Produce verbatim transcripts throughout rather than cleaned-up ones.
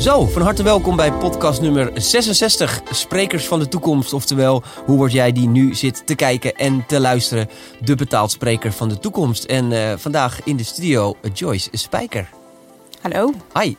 Zo, van harte welkom bij podcast nummer zesenzestig, Sprekers van de Toekomst. Oftewel, hoe word jij die nu zit te kijken en te luisteren, de betaald spreker van de toekomst. En uh, vandaag in de studio Joyce Spijker. Hallo. Hi.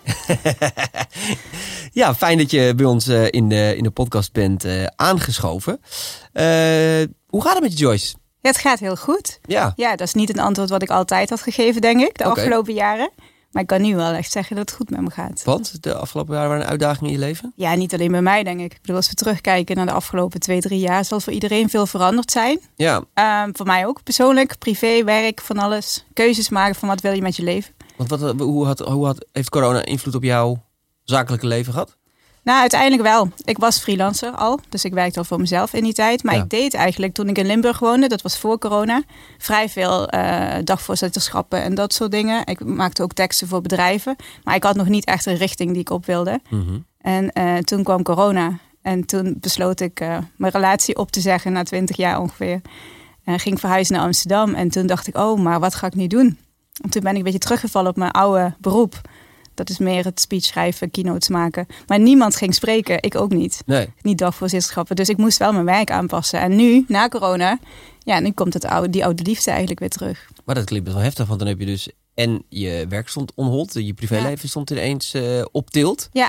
Ja, fijn dat je bij ons uh, in, de, in de podcast bent uh, aangeschoven. Uh, hoe gaat het met je, Joyce? Ja, het gaat heel goed. Ja. Ja, dat is niet een antwoord wat ik altijd had gegeven, denk ik, de okay. afgelopen jaren. Maar ik kan nu wel echt zeggen dat het goed met me gaat. Want de afgelopen jaren waren een uitdaging in je leven? Ja, niet alleen bij mij, denk ik. Ik bedoel, als we terugkijken naar de afgelopen twee, drie jaar, zal voor iedereen veel veranderd zijn. Ja. Um, voor mij ook, persoonlijk, privé, werk, van alles. Keuzes maken van wat wil je met je leven. Want wat, hoe, had, hoe had, heeft corona invloed op jouw zakelijke leven gehad? Nou, uiteindelijk wel. Ik was freelancer al, dus ik werkte al voor mezelf in die tijd. Maar ja. ik deed eigenlijk, toen ik in Limburg woonde, dat was voor corona, vrij veel uh, dagvoorzitterschappen en dat soort dingen. Ik maakte ook teksten voor bedrijven, maar ik had nog niet echt een richting die ik op wilde. Mm-hmm. En uh, toen kwam corona en toen besloot ik uh, mijn relatie op te zeggen na twintig jaar ongeveer. En ging verhuizen naar Amsterdam en toen dacht ik, oh, maar wat ga ik nu doen? En toen ben ik een beetje teruggevallen op mijn oude beroep. Dat is meer het speech schrijven, keynotes maken. Maar niemand ging spreken, ik ook niet. Nee. Niet dagvoorzitterschappen. Dus ik moest wel mijn werk aanpassen. En nu, na corona, ja, nu komt het oude, die oude liefde eigenlijk weer terug. Maar dat klinkt best wel heftig, want dan heb je dus en je werk stond on hold, je privéleven ja. stond ineens uh, op tilt. Ja.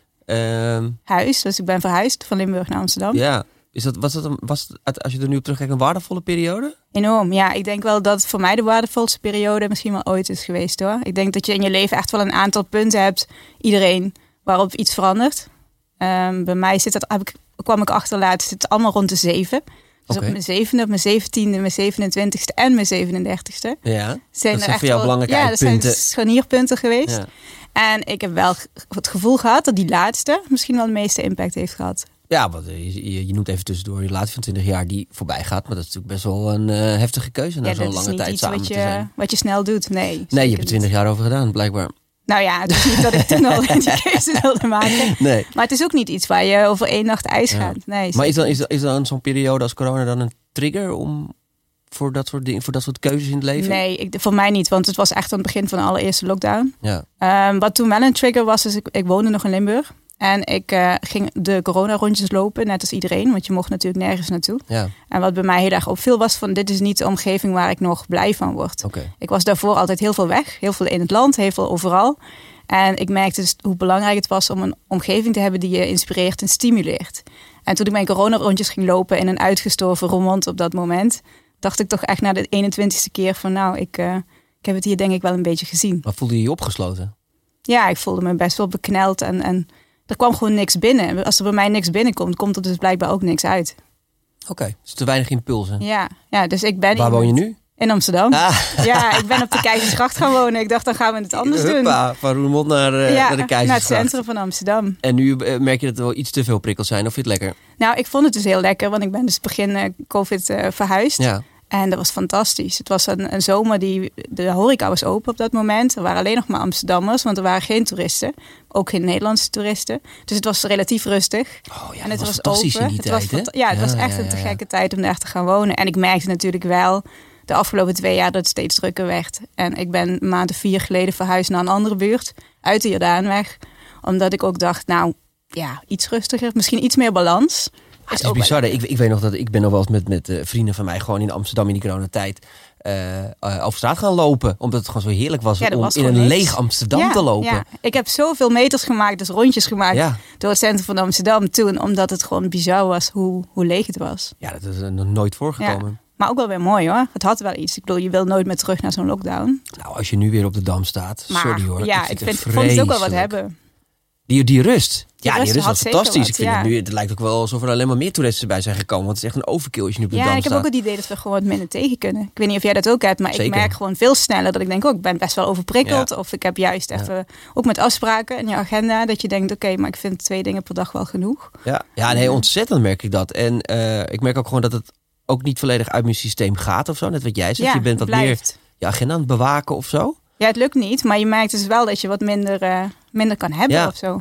Um, Huis, dus ik ben verhuisd van Limburg naar Amsterdam. Ja. Is dat, was dat een, was het, als je er nu op terugkijkt, een waardevolle periode? Enorm, ja. Ik denk wel dat het voor mij de waardevolste periode misschien wel ooit is geweest, hoor. Ik denk dat je in je leven echt wel een aantal punten hebt, iedereen, waarop iets verandert. Um, bij mij zit dat, heb ik, kwam ik achter laatst, zit het allemaal rond de zeven. Dus okay. op mijn zevende, op mijn zeventiende, mijn zevenentwintigste en mijn zevenendertigste. Ja, zijn dat zijn er echt voor jou wel, belangrijke ja, dat punten. zijn scharnierpunten geweest. Ja. En ik heb wel het gevoel gehad dat die laatste misschien wel de meeste impact heeft gehad. Ja, want je, je noemt even tussendoor je relatie van twintig jaar die voorbij gaat. Maar dat is natuurlijk best wel een uh, heftige keuze na ja, zo'n lange tijd samen wat je, te zijn. wat je snel doet, nee. Nee, je hebt er twintig jaar over gedaan, blijkbaar. Nou ja, het is niet dat ik toen al die keuze wilde maken. Nee. Maar het is ook niet iets waar je over één nacht ijs ja. gaat. Nee, maar is dan, is, is dan zo'n periode als corona dan een trigger om voor dat soort dingen, voor dat soort keuzes in het leven? Nee, ik, voor mij niet, want het was echt aan het begin van de allereerste lockdown. Ja. Um, wat toen wel een trigger was, is ik, ik woonde nog in Limburg. En ik uh, ging de corona-rondjes lopen, net als iedereen. Want je mocht natuurlijk nergens naartoe. Ja. En wat bij mij heel erg opviel was van, dit is niet de omgeving waar ik nog blij van word. Okay. Ik was daarvoor altijd heel veel weg. Heel veel in het land, heel veel overal. En ik merkte dus hoe belangrijk het was om een omgeving te hebben die je inspireert en stimuleert. En toen ik mijn corona-rondjes ging lopen in een uitgestorven Roermond op dat moment, dacht ik toch echt na de eenentwintigste keer van, nou, ik, uh, ik heb het hier denk ik wel een beetje gezien. Maar voelde je je opgesloten? Ja, ik voelde me best wel bekneld en... en er kwam gewoon niks binnen. Als er bij mij niks binnenkomt, komt er dus blijkbaar ook niks uit. Oké, okay, dus te weinig impulsen. Ja, ja, dus ik ben... Waar woon je nu? In Amsterdam. Ah. Ja, ik ben op de Keizersgracht gaan wonen. Ik dacht, dan gaan we het anders Huppa, doen. van Roermond naar, uh, ja, naar de Keizersgracht. naar het centrum van Amsterdam. En nu uh, merk je dat er wel iets te veel prikkels zijn, of vind je het lekker? Nou, ik vond het dus heel lekker, want ik ben dus begin uh, COVID uh, verhuisd. Ja. En dat was fantastisch. Het was een, een zomer die... De horeca was open op dat moment. Er waren alleen nog maar Amsterdammers, want er waren geen toeristen. Ook geen Nederlandse toeristen. Dus het was relatief rustig. Oh ja, en het was, was fantastisch open. in die het tijd, was hè? Ja, het ja, was echt ja, ja, een te ja. gekke tijd om daar te gaan wonen. En ik merkte natuurlijk wel de afgelopen twee jaar dat het steeds drukker werd. En ik ben een maand of vier geleden verhuisd naar een andere buurt. Uit de Jordaanweg. Omdat ik ook dacht, nou ja, iets rustiger. Misschien iets meer balans. Ah, het is bizar. Ik, ik weet nog dat ik ben nog wel eens met, met uh, vrienden van mij gewoon in Amsterdam in die coronatijd uh, uh, over straat gaan lopen. Omdat het gewoon zo heerlijk was ja, om was in een niks. leeg Amsterdam ja, te lopen. Ja. Ik heb zoveel meters gemaakt, dus rondjes gemaakt ja. door het centrum van Amsterdam toen. Omdat het gewoon bizar was hoe, hoe leeg het was. Ja, dat is uh, nog nooit voorgekomen. Ja. Maar ook wel weer mooi hoor. Het had wel iets. Ik bedoel, je wil nooit meer terug naar zo'n lockdown. Nou, als je nu weer op de Dam staat. Maar, sorry hoor. Ja, ik, vind, vond het ook wel wat hebben. Die, die rust. Die ja, rust die rust was fantastisch. Wat, ik vind ja. het nu, het lijkt ook wel alsof er alleen maar meer toeristen bij zijn gekomen. Want het is echt een overkill als je nu op de ja, Dam staat. Ja, ik heb staat. ook het idee dat we gewoon wat minder tegen kunnen. Ik weet niet of jij dat ook hebt, maar Zeker. Ik merk gewoon veel sneller dat ik denk, oh, ik ben best wel overprikkeld. Ja. Of ik heb juist even, ja. ook met afspraken in je agenda, dat je denkt, oké, okay, maar ik vind twee dingen per dag wel genoeg. Ja, ja nee, ontzettend merk ik dat. En uh, ik merk ook gewoon dat het ook niet volledig uit mijn systeem gaat of zo. Net wat jij zegt, ja, je bent wat blijft. meer je agenda aan het bewaken of zo. Ja, het lukt niet, maar je merkt dus wel dat je wat minder, uh, minder kan hebben ja. of zo.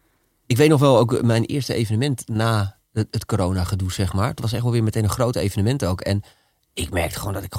Ik weet nog wel ook mijn eerste evenement na het, het corona-gedoe, zeg maar. Het was echt wel weer meteen een groot evenement ook. En ik merkte gewoon dat ik gewoon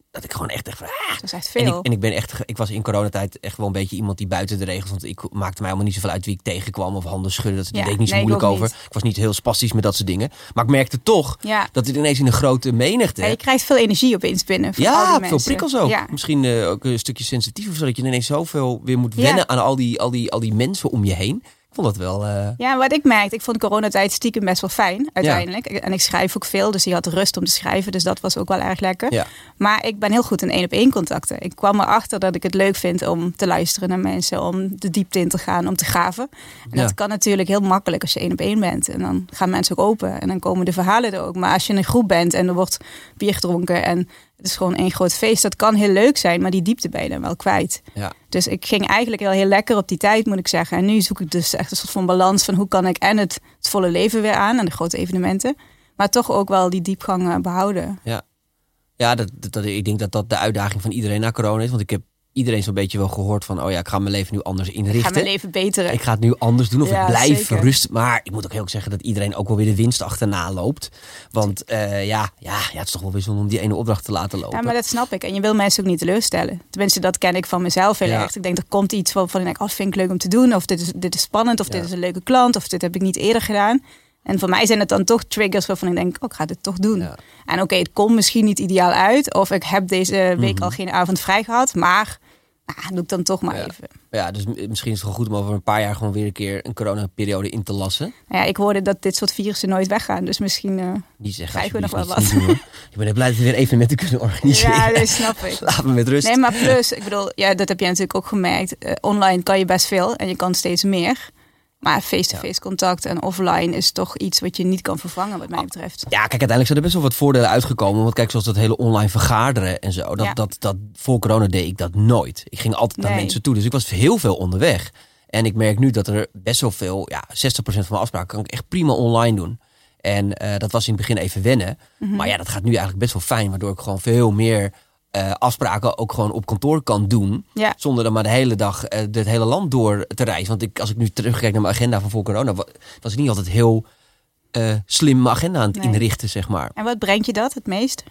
Dat ik gewoon echt echt... Ah. Dat is echt veel. En ik, en ik ben echt... Ik was in coronatijd echt wel een beetje iemand die buiten de regels... Want ik maakte mij helemaal niet zoveel uit wie ik tegenkwam of handen schudden. Dat ja, deed ik niet zo nee, moeilijk over. Niet. Ik was niet heel spastisch met dat soort dingen. Maar ik merkte toch ja. dat het ineens in een grote menigte... Ja, je krijgt veel energie opeens binnen. Van ja, al die veel prikkels ook. Ja. Misschien uh, ook een stukje sensitief of zo. Dat je ineens zoveel weer moet wennen ja. aan al die, al, die, al die mensen om je heen. Ik vond dat wel... Uh... Ja, wat ik merkte, ik vond coronatijd stiekem best wel fijn, uiteindelijk. Ja. En ik schrijf ook veel, dus je had rust om te schrijven. Dus dat was ook wel erg lekker. Ja. Maar ik ben heel goed in één-op-één contacten. Ik kwam erachter dat ik het leuk vind om te luisteren naar mensen, om de diepte in te gaan, om te graven. En ja. dat kan natuurlijk heel makkelijk als je één-op-één bent. En dan gaan mensen ook open en dan komen de verhalen er ook. Maar als je in een groep bent en er wordt bier gedronken en het is gewoon één groot feest, dat kan heel leuk zijn, maar die diepte ben je dan wel kwijt. Ja. Dus ik ging eigenlijk heel, heel lekker op die tijd, moet ik zeggen. En nu zoek ik dus echt een soort van balans van hoe kan ik en het, het volle leven weer aan en de grote evenementen, maar toch ook wel die diepgang behouden. Ja, ja dat, dat, ik denk dat dat de uitdaging van iedereen na corona is. Want ik heb iedereen zo'n beetje wel gehoord van... oh ja, ik ga mijn leven nu anders inrichten. Ik ga mijn leven beteren. Ik ga het nu anders doen of ja, ik blijf rusten. Maar ik moet ook heel erg zeggen dat iedereen ook wel weer de winst achterna loopt. Want uh, ja, ja, ja, het is toch wel weer zonde om die ene opdracht te laten lopen. Ja, maar dat snap ik. En je wil mensen ook niet teleurstellen. Tenminste, dat ken ik van mezelf heel ja. erg. Ik denk, er komt iets van, van ik denk, oh, vind ik leuk om te doen. Of dit is, dit is spannend. Of ja. dit is een leuke klant. Of dit heb ik niet eerder gedaan. En voor mij zijn het dan toch triggers waarvan ik denk, oh, ik ga dit toch doen. Ja. En oké, okay, het komt misschien niet ideaal uit. Of ik heb deze week mm-hmm. al geen avond vrij gehad. Maar... Ah, doe ik dan toch maar ja. even. Ja, dus misschien is het wel goed om over een paar jaar gewoon weer een keer een coronaperiode in te lassen. Nou ja, ik hoorde dat dit soort virussen nooit weggaan. Dus misschien uh, die zeggen, krijgen we nog wel wat. Doen, ik ben blij dat we weer evenementen kunnen organiseren. Ja, dat snap ik. Laat me met rust. Nee, maar plus, ik bedoel, ja, dat heb jij natuurlijk ook gemerkt. Uh, online kan je best veel en je kan steeds meer. Maar face-to-face contact en offline is toch iets wat je niet kan vervangen wat mij betreft. Ja, kijk, uiteindelijk zijn er best wel wat voordelen uitgekomen. Want kijk, zoals dat hele online vergaderen en zo. Dat, ja. dat, dat, voor corona deed ik dat nooit. Ik ging altijd nee. naar mensen toe. Dus ik was heel veel onderweg. En ik merk nu dat er best wel veel, ja, zestig procent van mijn afspraken kan ik echt prima online doen. En uh, dat was in het begin even wennen. Mm-hmm. Maar ja, dat gaat nu eigenlijk best wel fijn. Waardoor ik gewoon veel meer... Uh, afspraken ook gewoon op kantoor kan doen. Ja. Zonder dan maar de hele dag uh, het hele land door te reizen. Want ik, als ik nu terugkijk naar mijn agenda van voor corona... was ik niet altijd heel uh, slim mijn agenda aan het nee. inrichten, zeg maar. En wat brengt je dat het meest?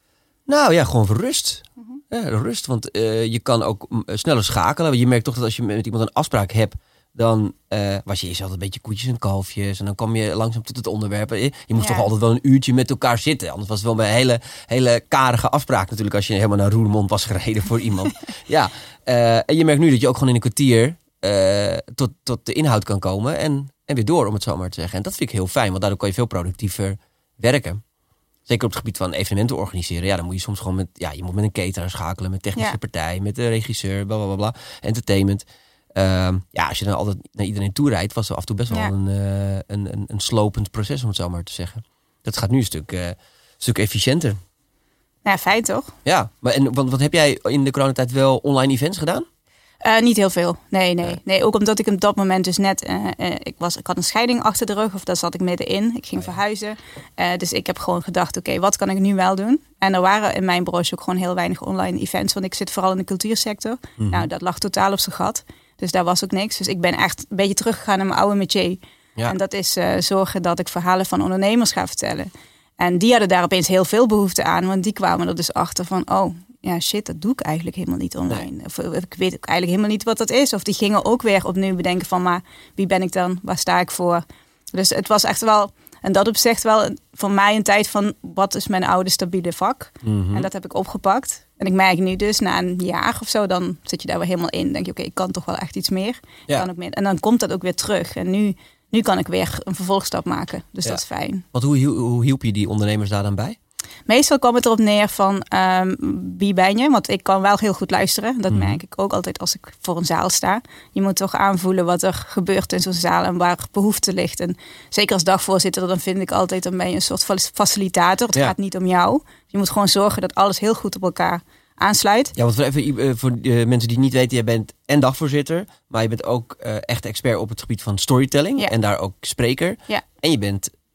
Nou ja, gewoon voor rust. Mm-hmm. Ja, rust, want uh, je kan ook uh, sneller schakelen. Je merkt toch dat als je met iemand een afspraak hebt... dan uh, was je eerst altijd een beetje koetjes en kalfjes. En dan kwam je langzaam tot het onderwerp. Je, je moest ja. toch altijd wel een uurtje met elkaar zitten. Anders was het wel een hele, hele karige afspraak natuurlijk... als je helemaal naar Roermond was gereden voor iemand. Ja, uh, en je merkt nu dat je ook gewoon in een kwartier... Uh, tot, tot de inhoud kan komen en, en weer door, om het zo maar te zeggen. En dat vind ik heel fijn, want daardoor kan je veel productiever werken. Zeker op het gebied van evenementen organiseren. Ja, dan moet je soms gewoon met... Ja, je moet met een cateraar schakelen, met technische ja. partij... met de regisseur, bla bla bla, entertainment... Uh, ja, als je dan altijd naar iedereen toe rijdt, was er af en toe best wel ja. een, uh, een, een, een slopend proces, om het zo maar te zeggen. Dat gaat nu een stuk, uh, een stuk efficiënter. Ja, fijn toch? Ja, maar en wat, wat heb jij in de coronatijd wel online events gedaan? Uh, niet heel veel. Nee, nee, nee. Nee, ook omdat ik op dat moment dus net... Uh, uh, ik, was, ik had een scheiding achter de rug, of daar zat ik middenin. Ik ging oh, ja. verhuizen. Uh, dus ik heb gewoon gedacht, oké, okay, wat kan ik nu wel doen? En er waren in mijn branche ook gewoon heel weinig online events. Want ik zit vooral in de cultuursector. Mm-hmm. Nou, dat lag totaal op zijn gat. Dus daar was ook niks. Dus ik ben echt een beetje teruggegaan naar mijn oude métier. Ja. En dat is uh, zorgen dat ik verhalen van ondernemers ga vertellen. En die hadden daar opeens heel veel behoefte aan. Want die kwamen er dus achter van... oh, ja shit, dat doe ik eigenlijk helemaal niet online. Nee. Of ik weet ook eigenlijk helemaal niet wat dat is. Of die gingen ook weer opnieuw bedenken van... maar wie ben ik dan? Waar sta ik voor? Dus het was echt wel... en dat opzicht wel voor mij een tijd van... wat is mijn oude stabiele vak? Mm-hmm. En dat heb ik opgepakt. En ik merk nu dus na een jaar of zo... dan zit je daar weer helemaal in. Dan denk je, oké, okay, ik kan toch wel echt iets meer. Ja. Kan ook meer. En dan komt dat ook weer terug. En nu, nu kan ik weer een vervolgstap maken. Dus ja. dat is fijn. Want hoe, hoe hielp je die ondernemers daar dan bij? Meestal kwam het erop neer van um, wie ben je? Want ik kan wel heel goed luisteren. Dat mm. merk ik ook altijd als ik voor een zaal sta. Je moet toch aanvoelen wat er gebeurt in zo'n zaal en waar behoefte ligt. En zeker als dagvoorzitter, dan vind ik altijd, dan ben je een soort facilitator. Het ja. gaat niet om jou. Je moet gewoon zorgen dat alles heel goed op elkaar aansluit. Ja, want voor, even, voor uh, mensen die niet weten, jij bent en dagvoorzitter, maar je bent ook uh, echt expert op het gebied van storytelling. Ja. En daar ook spreker. Ja. En je bent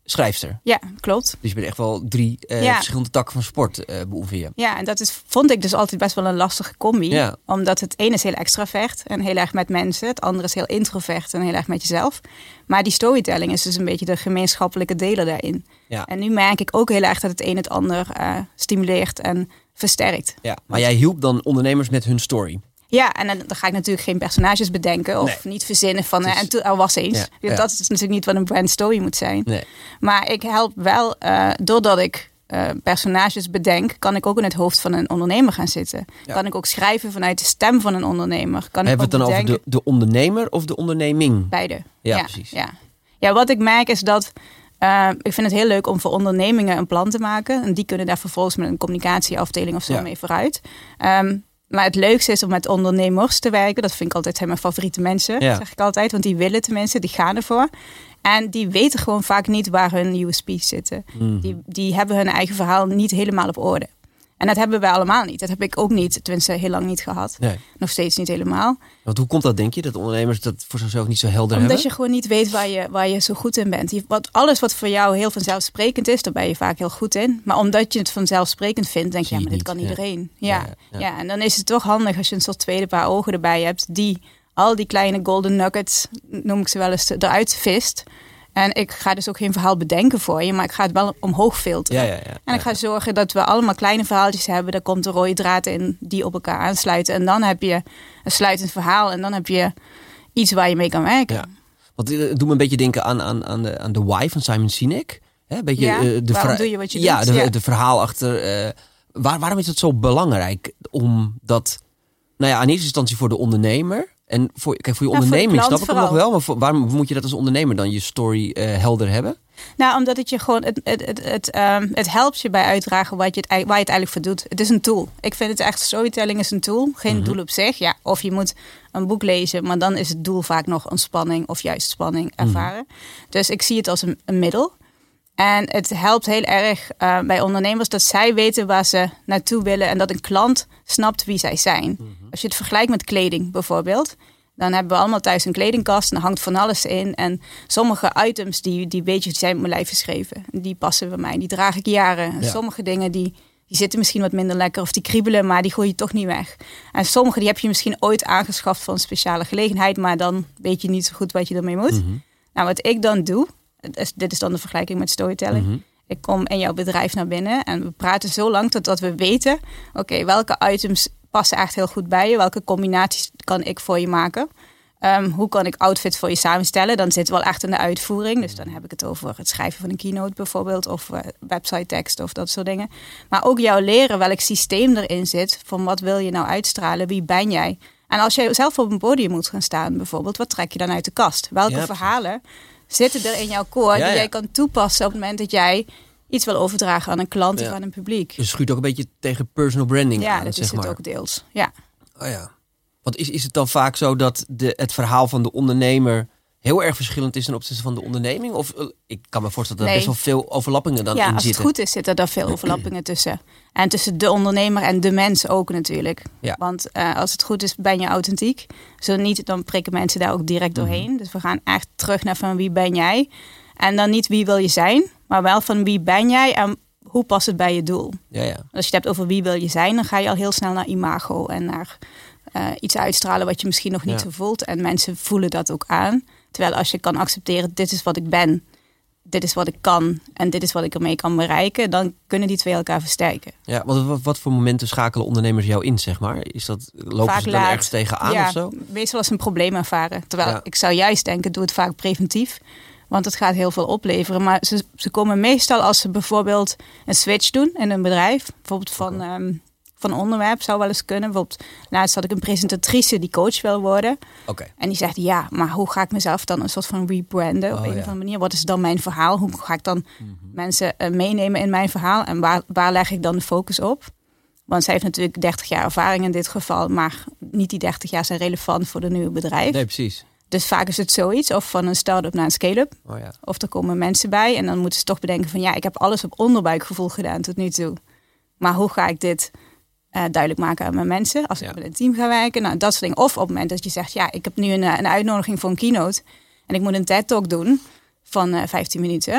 schrijfster. Ja, klopt. Dus je bent echt wel drie uh, ja. verschillende takken van sport uh, beoefen je. Ja, en dat is, vond ik dus altijd best wel een lastige combi. Ja. Omdat het ene is heel extravert en heel erg met mensen. Het andere is heel introvert en heel erg met jezelf. Maar die storytelling is dus een beetje de gemeenschappelijke deler daarin. Ja. En nu merk ik ook heel erg dat het een het ander uh, stimuleert en versterkt. Ja, maar jij hielp dan ondernemers met hun story. Ja, en dan, dan ga ik natuurlijk geen personages bedenken of nee. niet verzinnen van uh, en toen er was eens. Ja, ja. Dat is natuurlijk niet wat een brand story moet zijn. Nee. Maar ik help wel, uh, doordat ik uh, personages bedenk, kan ik ook in het hoofd van een ondernemer gaan zitten. Ja. Kan ik ook schrijven vanuit de stem van een ondernemer. Kan Hebben ik we het dan bedenken... over de, de ondernemer of de onderneming? Beide. Ja, ja, precies. Ja. ja, wat ik merk is dat Uh, ik vind het heel leuk om voor ondernemingen een plan te maken. En die kunnen daar vervolgens met een communicatieafdeling of zo ja. mee vooruit. Um, maar het leukste is om met ondernemers te werken. Dat vind ik altijd zijn mijn favoriete mensen, ja. zeg ik altijd. Want die willen tenminste, die gaan ervoor. En die weten gewoon vaak niet waar hun U S P's zitten. Mm. Die, die hebben hun eigen verhaal niet helemaal op orde. En dat hebben wij allemaal niet. Dat heb ik ook niet, tenminste heel lang niet gehad. Nee. Nog steeds niet helemaal. Want hoe komt dat, denk je, dat ondernemers dat voor zichzelf niet zo helder Omdat hebben? Omdat je gewoon niet weet waar je, waar je zo goed in bent. Je, wat, alles wat voor jou heel vanzelfsprekend is, daar ben je vaak heel goed in. Maar omdat je het vanzelfsprekend vindt, denk je, ja, maar dit kan iedereen. Ja. Ja, ja, ja. ja, en dan is het toch handig als je een soort tweede paar ogen erbij hebt, die al die kleine golden nuggets, noem ik ze wel eens, eruit vist. En ik ga dus ook geen verhaal bedenken voor je, maar ik ga het wel omhoog filteren. Ja, ja, ja, en ik ga zorgen dat we allemaal kleine verhaaltjes hebben. Daar komt een rode draad in die op elkaar aansluiten. En dan heb je een sluitend verhaal en dan heb je iets waar je mee kan werken. Ja. Want het doet me een beetje denken aan, aan, aan, de, aan de why van Simon Sinek. Hè, een beetje, ja, uh, de waarom doe je wat je ja, doet? De, ja, de verhaal achter. Uh, waar, waarom is het zo belangrijk om dat, nou ja, in eerste instantie voor de ondernemer. En voor, kijk, voor je ja, onderneming snap ik het nog wel. Maar voor, waarom moet je dat als ondernemer dan je story uh, helder hebben? Nou, omdat het je gewoon het, het, het, het, um, het helpt je bij uitdragen wat je het, waar je het eigenlijk voor doet. Het is een tool. Ik vind het echt, storytelling is een tool. Geen mm-hmm. doel op zich. Ja, of je moet een boek lezen, maar dan is het doel vaak nog ontspanning of juist spanning ervaren. Mm-hmm. Dus ik zie het als een, een middel. En het helpt heel erg uh, bij ondernemers dat zij weten waar ze naartoe willen en dat een klant snapt wie zij zijn. Mm-hmm. Als je het vergelijkt met kleding bijvoorbeeld, dan hebben we allemaal thuis een kledingkast en er hangt van alles in. En sommige items die, die weet je, die zijn op mijn lijf geschreven. Die passen bij mij, die draag ik jaren. Ja. Sommige dingen die, die zitten misschien wat minder lekker of die kriebelen, maar die gooi je toch niet weg. En sommige die heb je misschien ooit aangeschaft voor een speciale gelegenheid, maar dan weet je niet zo goed wat je ermee moet. Mm-hmm. Nou, wat ik dan doe, is, dit is dan de vergelijking met storytelling. Mm-hmm. Ik kom in jouw bedrijf naar binnen en we praten zo lang totdat we weten, oké, okay, welke items passen echt heel goed bij je? Welke combinaties kan ik voor je maken? Um, hoe kan ik outfits voor je samenstellen? Dan zit het wel echt in de uitvoering. Dus dan heb ik het over het schrijven van een keynote bijvoorbeeld. Of uh, website tekst of dat soort dingen. Maar ook jou leren welk systeem erin zit. Van wat wil je nou uitstralen? Wie ben jij? En als jij zelf op een podium moet gaan staan bijvoorbeeld. Wat trek je dan uit de kast? Welke ja, verhalen zitten er in jouw core ja, die jij ja. kan toepassen op het moment dat jij iets wil overdragen aan een klant ja. of aan een publiek? Dus schuurt ook een beetje tegen personal branding ja, aan, dat zeg is maar. het ook deels. Ja. Oh ja. Want is, is het dan vaak zo dat de, het verhaal van de ondernemer heel erg verschillend is ten opzichte van de onderneming? Of uh, ik kan me voorstellen dat er nee. best wel veel overlappingen dan ja, in zitten. Ja, als het goed is zitten er veel overlappingen tussen. En tussen de ondernemer en de mens ook natuurlijk. Ja. Want uh, als het goed is ben je authentiek. Zo niet, dan prikken mensen daar ook direct doorheen. Mm-hmm. Dus we gaan echt terug naar van wie ben jij? En dan niet wie wil je zijn, maar wel van wie ben jij en hoe past het bij je doel? Ja, ja. Als je het hebt over wie wil je zijn, dan ga je al heel snel naar imago en naar uh, iets uitstralen wat je misschien nog niet ja. zo voelt. En mensen voelen dat ook aan. Terwijl als je kan accepteren, dit is wat ik ben, dit is wat ik kan en dit is wat ik ermee kan bereiken, dan kunnen die twee elkaar versterken. Ja, wat, wat, wat voor momenten schakelen ondernemers jou in, zeg maar? Is dat, lopen vaak ze dan laat. ergens tegenaan ja, of zo? Meestal als ze een probleem ervaren. Terwijl ja. ik zou juist denken, doe het vaak preventief. Want het gaat heel veel opleveren. Maar ze, ze komen meestal als ze bijvoorbeeld een switch doen in een bedrijf. Bijvoorbeeld van, okay. um, van onderwerp zou wel eens kunnen. Bijvoorbeeld, laatst had ik een presentatrice die coach wil worden. Okay. En die zegt, ja, maar hoe ga ik mezelf dan een soort van rebranden op oh, een ja. of andere manier? Wat is dan mijn verhaal? Hoe ga ik dan mm-hmm. mensen uh, meenemen in mijn verhaal? En waar, waar leg ik dan de focus op? Want zij heeft natuurlijk dertig jaar ervaring in dit geval. Maar niet die dertig jaar zijn relevant voor de nieuwe bedrijf. Nee, precies. Dus vaak is het zoiets, of van een start-up naar een scale-up. Oh ja. Of er komen mensen bij en dan moeten ze toch bedenken van ja, ik heb alles op onderbuikgevoel gedaan tot nu toe. Maar hoe ga ik dit uh, duidelijk maken aan mijn mensen als ik ja. met een team ga werken? Nou, dat soort dingen. Of op het moment dat je zegt, ja, ik heb nu een, een uitnodiging voor een keynote en ik moet een TED-talk doen van uh, vijftien minuten.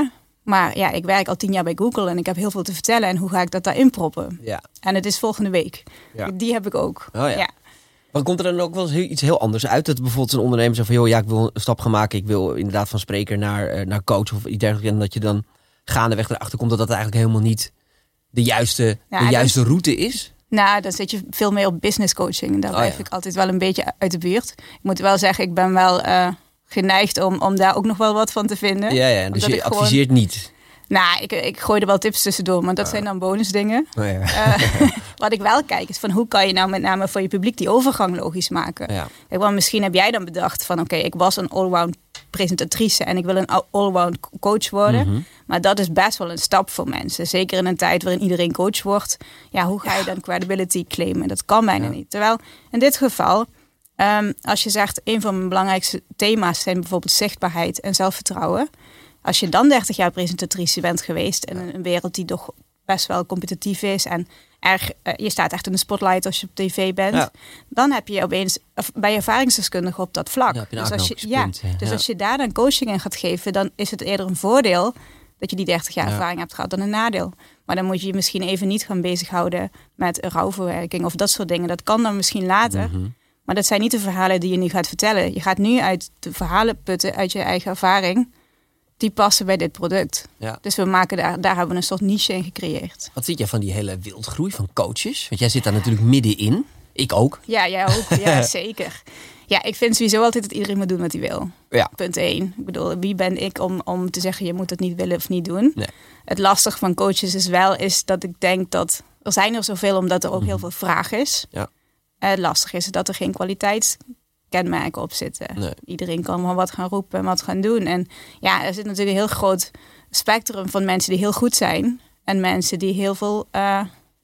Maar ja, ik werk al tien jaar bij Google en ik heb heel veel te vertellen. En hoe ga ik dat daarin proppen? Ja. En het is volgende week. Ja. Die heb ik ook. Oh ja. ja. Maar komt er dan ook wel eens heel, iets heel anders uit? Dat bijvoorbeeld een ondernemer zegt van... joh, ja, ik wil een stap gaan maken. Ik wil inderdaad van spreker naar, uh, naar coach of iets dergelijks. En dat je dan gaandeweg erachter komt... dat dat eigenlijk helemaal niet de juiste, ja, de juiste dan, route is. Nou, dan zit je veel meer op business coaching. En daar oh, blijf ja. ik altijd wel een beetje uit de buurt. Ik moet wel zeggen, ik ben wel uh, geneigd om, om daar ook nog wel wat van te vinden. Ja, ja. Dus je adviseert gewoon... niet... Nou, ik, ik gooi er wel tips tussendoor, maar dat oh. zijn dan bonusdingen. Oh ja. uh, wat ik wel kijk is van hoe kan je nou met name voor je publiek die overgang logisch maken. Ja. Kijk, want misschien heb jij dan bedacht van oké, okay, ik was een allround presentatrice en ik wil een allround coach worden. Mm-hmm. Maar dat is best wel een stap voor mensen. Zeker in een tijd waarin iedereen coach wordt. Ja, hoe ga je dan credibility claimen? Dat kan bijna ja. niet. Terwijl in dit geval, um, als je zegt een van mijn belangrijkste thema's zijn bijvoorbeeld zichtbaarheid en zelfvertrouwen. Als je dan dertig jaar presentatrice bent geweest in een, een wereld die toch best wel competitief is en erg, uh, je staat echt in de spotlight als je op tv bent, ja. dan heb je opeens bij je ervaringsdeskundige op dat vlak. Ja, dus als je, ja, punt, ja. dus ja. als je daar dan coaching in gaat geven, dan is het eerder een voordeel dat je die dertig jaar ja. ervaring hebt gehad dan een nadeel. Maar dan moet je je misschien even niet gaan bezighouden met rouwverwerking of dat soort dingen. Dat kan dan misschien later. Mm-hmm. Maar dat zijn niet de verhalen die je nu gaat vertellen. Je gaat nu uit de verhalen putten uit je eigen ervaring. Die passen bij dit product. Ja. Dus we maken daar, daar hebben we een soort niche in gecreëerd. Wat vind jij van die hele wildgroei van coaches? Want jij zit daar natuurlijk middenin. Ik ook. Ja, jij ook. Ja, zeker. Ja, ik vind sowieso altijd dat iedereen moet doen wat hij wil. Ja. Punt één. Ik bedoel, wie ben ik om, om te zeggen je moet het niet willen of niet doen? Nee. Het lastige van coaches is wel is dat ik denk dat er zijn er zoveel omdat er ook mm-hmm. heel veel vraag is. Ja. Het lastige is dat er geen kwaliteitskenmerken op zitten. Nee. Iedereen kan maar wat gaan roepen en wat gaan doen. En ja, er zit natuurlijk een heel groot spectrum van mensen die heel goed zijn en mensen die heel veel uh,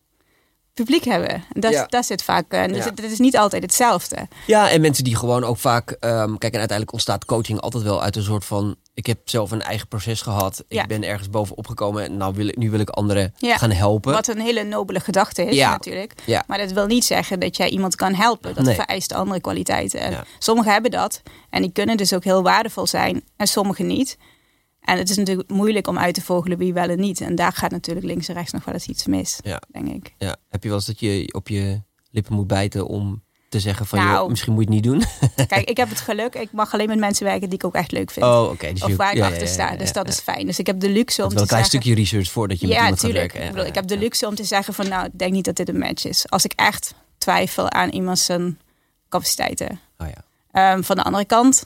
publiek hebben. Dat, ja. dat zit vaak. Uh, dus ja. het, het is niet altijd hetzelfde. Ja, en mensen die gewoon ook vaak. Um, kijk, en uiteindelijk ontstaat coaching altijd wel uit een soort van. Ik heb zelf een eigen proces gehad. Ja. Ik ben ergens bovenop gekomen en nou wil ik, nu wil ik anderen ja. gaan helpen. Wat een hele nobele gedachte is ja. natuurlijk. Ja. Maar dat wil niet zeggen dat jij iemand kan helpen. Dat nee. vereist andere kwaliteiten. En ja. sommigen hebben dat en die kunnen dus ook heel waardevol zijn en sommigen niet. En het is natuurlijk moeilijk om uit te vogelen wie wel en niet. En daar gaat natuurlijk links en rechts nog wel eens iets mis, ja. denk ik. Ja. Heb je wel eens dat je op je lippen moet bijten om te zeggen van nou, joh, misschien moet je het niet doen? Kijk, ik heb het geluk. Ik mag alleen met mensen werken die ik ook echt leuk vind. Oh, oké. Okay. Dus of waar ik ja, achter sta. Ja, ja, ja, dus dat ja. is fijn. Dus ik heb de luxe om te zeggen... wel een klein stukje research voordat je met ja, iemand tuurlijk. gaat werken. Ik, bedoel, ik heb de luxe om te zeggen van nou, ik denk niet dat dit een match is. Als ik echt twijfel aan iemands capaciteiten. Oh, ja. um, van de andere kant...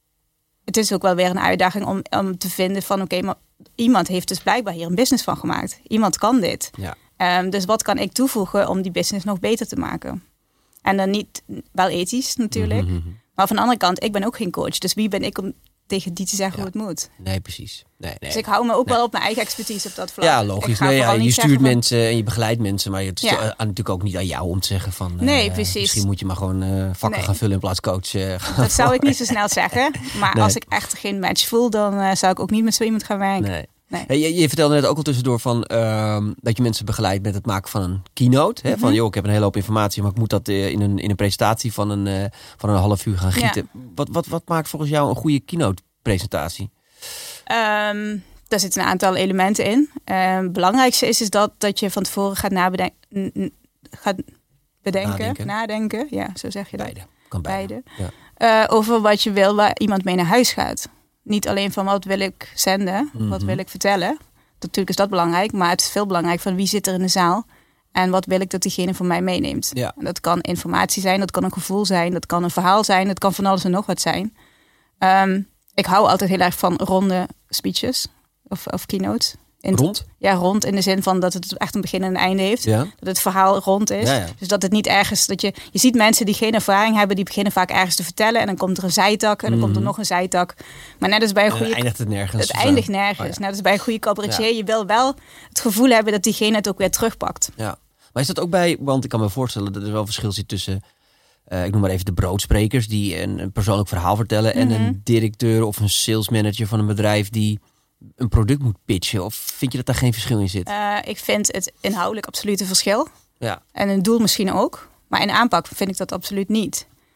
Het is ook wel weer een uitdaging om, om te vinden van... oké, okay, maar iemand heeft dus blijkbaar hier een business van gemaakt. Iemand kan dit. Ja. Um, dus wat kan ik toevoegen om die business nog beter te maken? En dan niet, wel ethisch natuurlijk. Mm-hmm. Maar van de andere kant, ik ben ook geen coach. Dus wie ben ik om tegen die te zeggen ja. hoe het moet? Nee, precies. Nee, nee. Dus ik hou me ook nee. wel op mijn eigen expertise op dat vlak. Ja, logisch. Nee, ja, je stuurt mensen van... en je begeleidt mensen. Maar het is ja. natuurlijk ook niet aan jou om te zeggen van... Nee, uh, precies. Misschien moet je maar gewoon uh, vakken nee. gaan vullen in plaats coach. Uh, dat zou ik niet zo snel zeggen. Maar nee. als ik echt geen match voel, dan uh, zou ik ook niet met zo iemand gaan werken. Nee. Nee. Hey, je, je vertelde net ook al tussendoor van uh, dat je mensen begeleidt met het maken van een keynote. Hè? Mm-hmm. Van joh, ik heb een hele hoop informatie, maar ik moet dat uh, in, een, in een presentatie van een, uh, van een half uur gaan gieten. Ja. Wat, wat, wat maakt volgens jou een goede keynote presentatie? Um, daar zitten een aantal elementen in. Uh, het belangrijkste is, is dat, dat je van tevoren gaat nabedenken. N- gaat bedenken, nadenken. nadenken. Ja, zo zeg je dat. Beide. Kan beide. beide. Ja. Uh, over wat je wil, waar iemand mee naar huis gaat. Niet alleen van wat wil ik zenden, mm-hmm. wat wil ik vertellen. Natuurlijk is dat belangrijk, maar het is veel belangrijk van wie zit er in de zaal. En wat wil ik dat diegene van mij meeneemt. Ja. En dat kan informatie zijn, dat kan een gevoel zijn, dat kan een verhaal zijn. Dat kan van alles en nog wat zijn. Um, ik hou altijd heel erg van ronde speeches of, of keynotes. In rond? Het, ja, rond in de zin van dat het echt een begin en een einde heeft. Ja. Dat het verhaal rond is. Ja, ja. Dus dat het niet ergens... dat je, je ziet mensen die geen ervaring hebben, die beginnen vaak ergens te vertellen. En dan komt er een zijtak en dan mm. komt er nog een zijtak. Maar net als bij een goede... En eindigt het nergens. Het eindigt nergens. Oh, ja. Net als bij een goede cabaretier. Ja. Je wil wel het gevoel hebben dat diegene het ook weer terugpakt. Ja. Maar is dat ook bij... Want ik kan me voorstellen dat er wel verschil zit tussen... Uh, ik noem maar even de broodsprekers die een, een persoonlijk verhaal vertellen. Mm-hmm. En een directeur of een salesmanager van een bedrijf die een product moet pitchen. Of vind je dat daar geen verschil in zit? Uh, ik vind het inhoudelijk absoluut een verschil. Ja. En een doel misschien ook. Maar in aanpak vind ik dat absoluut niet.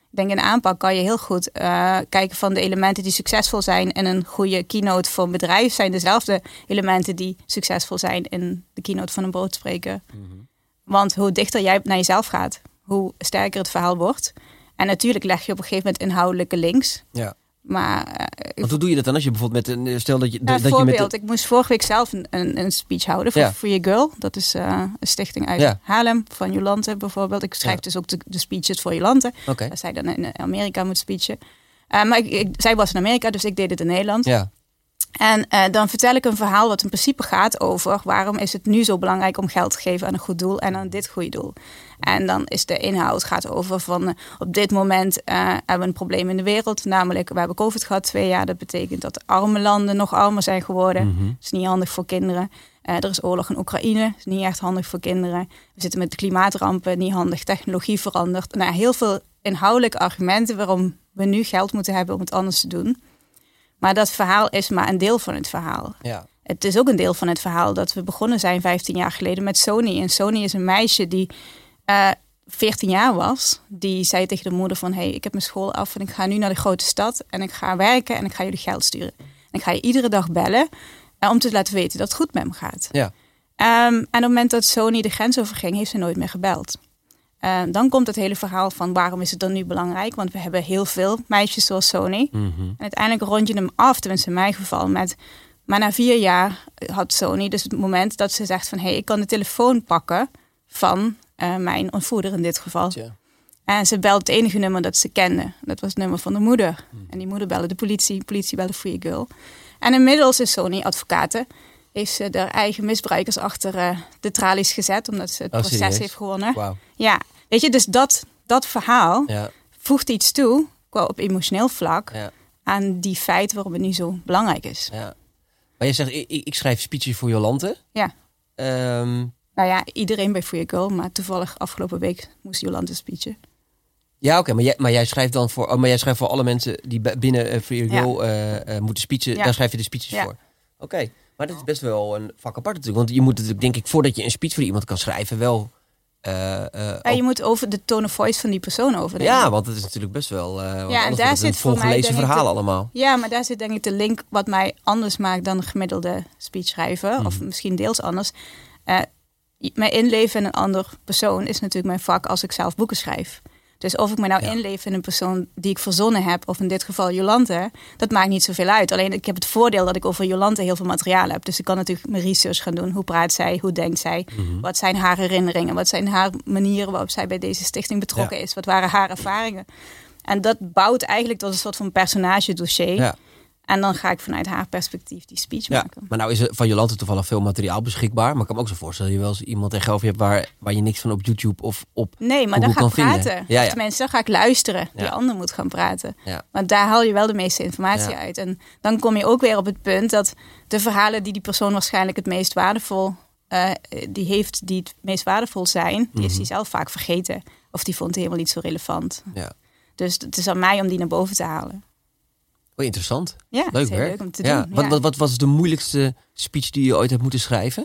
Ik denk in aanpak kan je heel goed uh, kijken van de elementen die succesvol zijn in een goede keynote voor een bedrijf zijn dezelfde elementen die succesvol zijn in de keynote van een boodspreker. Mm-hmm. Want hoe dichter jij naar jezelf gaat, hoe sterker het verhaal wordt. En natuurlijk leg je op een gegeven moment inhoudelijke links. Ja. Maar, uh, Want hoe doe je dat dan als je bijvoorbeeld met een stel dat je nou, dat voorbeeld, je met de... ik moest vorige week zelf een, een, een speech houden voor ja. Free a Girl. Dat is uh, een stichting uit ja. Haarlem van Jolante bijvoorbeeld. Ik schrijf ja. dus ook de, de speeches voor Jolante. Okay. Dat zij dan in Amerika moet speechen. Uh, maar ik, ik, zij was in Amerika, dus ik deed het in Nederland. Ja. En uh, dan vertel ik een verhaal wat in principe gaat over waarom is het nu zo belangrijk om geld te geven aan een goed doel en aan dit goede doel. En dan is de inhoud gaat over van uh, op dit moment uh, hebben we een probleem in de wereld. Namelijk, we hebben COVID gehad twee jaar. Dat betekent dat de arme landen nog armer zijn geworden. Mm-hmm. Dat is niet handig voor kinderen. Uh, er is oorlog in Oekraïne. Dat is niet echt handig voor kinderen. We zitten met de klimaatrampen. Niet handig. Technologie verandert. Nou, heel veel inhoudelijke argumenten waarom we nu geld moeten hebben om het anders te doen. Maar dat verhaal is maar een deel van het verhaal. Ja. Het is ook een deel van het verhaal dat we begonnen zijn vijftien jaar geleden met Sony. En Sony is een meisje die uh, veertien jaar was. Die zei tegen de moeder van, hey, ik heb mijn school af en ik ga nu naar de grote stad. En ik ga werken en ik ga jullie geld sturen. En ik ga je iedere dag bellen uh, om te laten weten dat het goed met me gaat. Ja. Um, en op het moment dat Sony de grens overging, heeft ze nooit meer gebeld. Uh, dan komt het hele verhaal van waarom is het dan nu belangrijk? Want we hebben heel veel meisjes zoals Sony. Mm-hmm. En uiteindelijk rond je hem af, tenminste in mijn geval. Met, maar na vier jaar had Sony dus het moment dat ze zegt van... hé, hey, ik kan de telefoon pakken van uh, mijn ontvoerder in dit geval. Tja. En ze belt het enige nummer dat ze kende. Dat was het nummer van de moeder. Mm. En die moeder belde de politie. De politie belde Free a Girl. En inmiddels is Sony advocaten. Heeft ze haar eigen misbruikers achter uh, de tralies gezet. Omdat ze het oh, proces serieus? heeft gewonnen. Wow. Ja, weet je, dus dat, dat verhaal ja. voegt iets toe, qua op emotioneel vlak, ja. aan die feit waarom het nu zo belangrijk is. Ja. Maar je zegt, ik, ik schrijf speeches voor Jolante. Ja. Um... Nou ja, iedereen bij Free a Girl, maar toevallig afgelopen week moest Jolante speechen. Ja, oké, okay, maar, jij, maar jij schrijft dan voor, oh, maar jij schrijft voor alle mensen die binnen uh, Free a Girl ja. uh, uh, moeten speechen. Ja. Daar schrijf je de speeches ja. voor. Oké, okay. Maar dat is best wel een vak apart natuurlijk. Want je moet natuurlijk, denk ik, voordat je een speech voor iemand kan schrijven, wel... Uh, uh, ja, je moet over de tone of voice van die persoon overdenken. Ja, want het is natuurlijk best wel... Uh, ja, en daar zit een volgelezen verhaal de, allemaal. Ja, maar daar zit denk ik de link wat mij anders maakt dan een gemiddelde speechschrijver. Hmm. Of misschien deels anders. Uh, mijn inleven in een ander persoon is natuurlijk mijn vak als ik zelf boeken schrijf. Dus of ik me nou ja. inleef in een persoon die ik verzonnen heb, of in dit geval Jolante, dat maakt niet zoveel uit. Alleen ik heb het voordeel dat ik over Jolante heel veel materiaal heb. Dus ik kan natuurlijk mijn research gaan doen. Hoe praat zij? Hoe denkt zij? Mm-hmm. Wat zijn haar herinneringen? Wat zijn haar manieren waarop zij bij deze stichting betrokken ja. is? Wat waren haar ervaringen? En dat bouwt eigenlijk tot een soort van personagedossier. Ja. En dan ga ik vanuit haar perspectief die speech ja, maken. Maar nou is er van Jolante toevallig veel materiaal beschikbaar. Maar ik kan me ook zo voorstellen dat je wel eens iemand tegenover je hebt waar, waar je niks van op YouTube of op Nee, maar Google dan ga ik kan praten. Ja, ja. Of tenminste, dan ga ik luisteren. Ja. Die ander moet gaan praten. Ja. Want daar haal je wel de meeste informatie ja. uit. En dan kom je ook weer op het punt dat de verhalen die die persoon waarschijnlijk het meest waardevol uh, die heeft, die het meest waardevol zijn, die mm-hmm. is die zelf vaak vergeten. Of die vond het helemaal niet zo relevant. Ja. Dus het is aan mij om die naar boven te halen. Oh, interessant. Ja, leuk werk. Leuk om te ja. doen. Wat, ja. wat, wat was de moeilijkste speech die je ooit hebt moeten schrijven?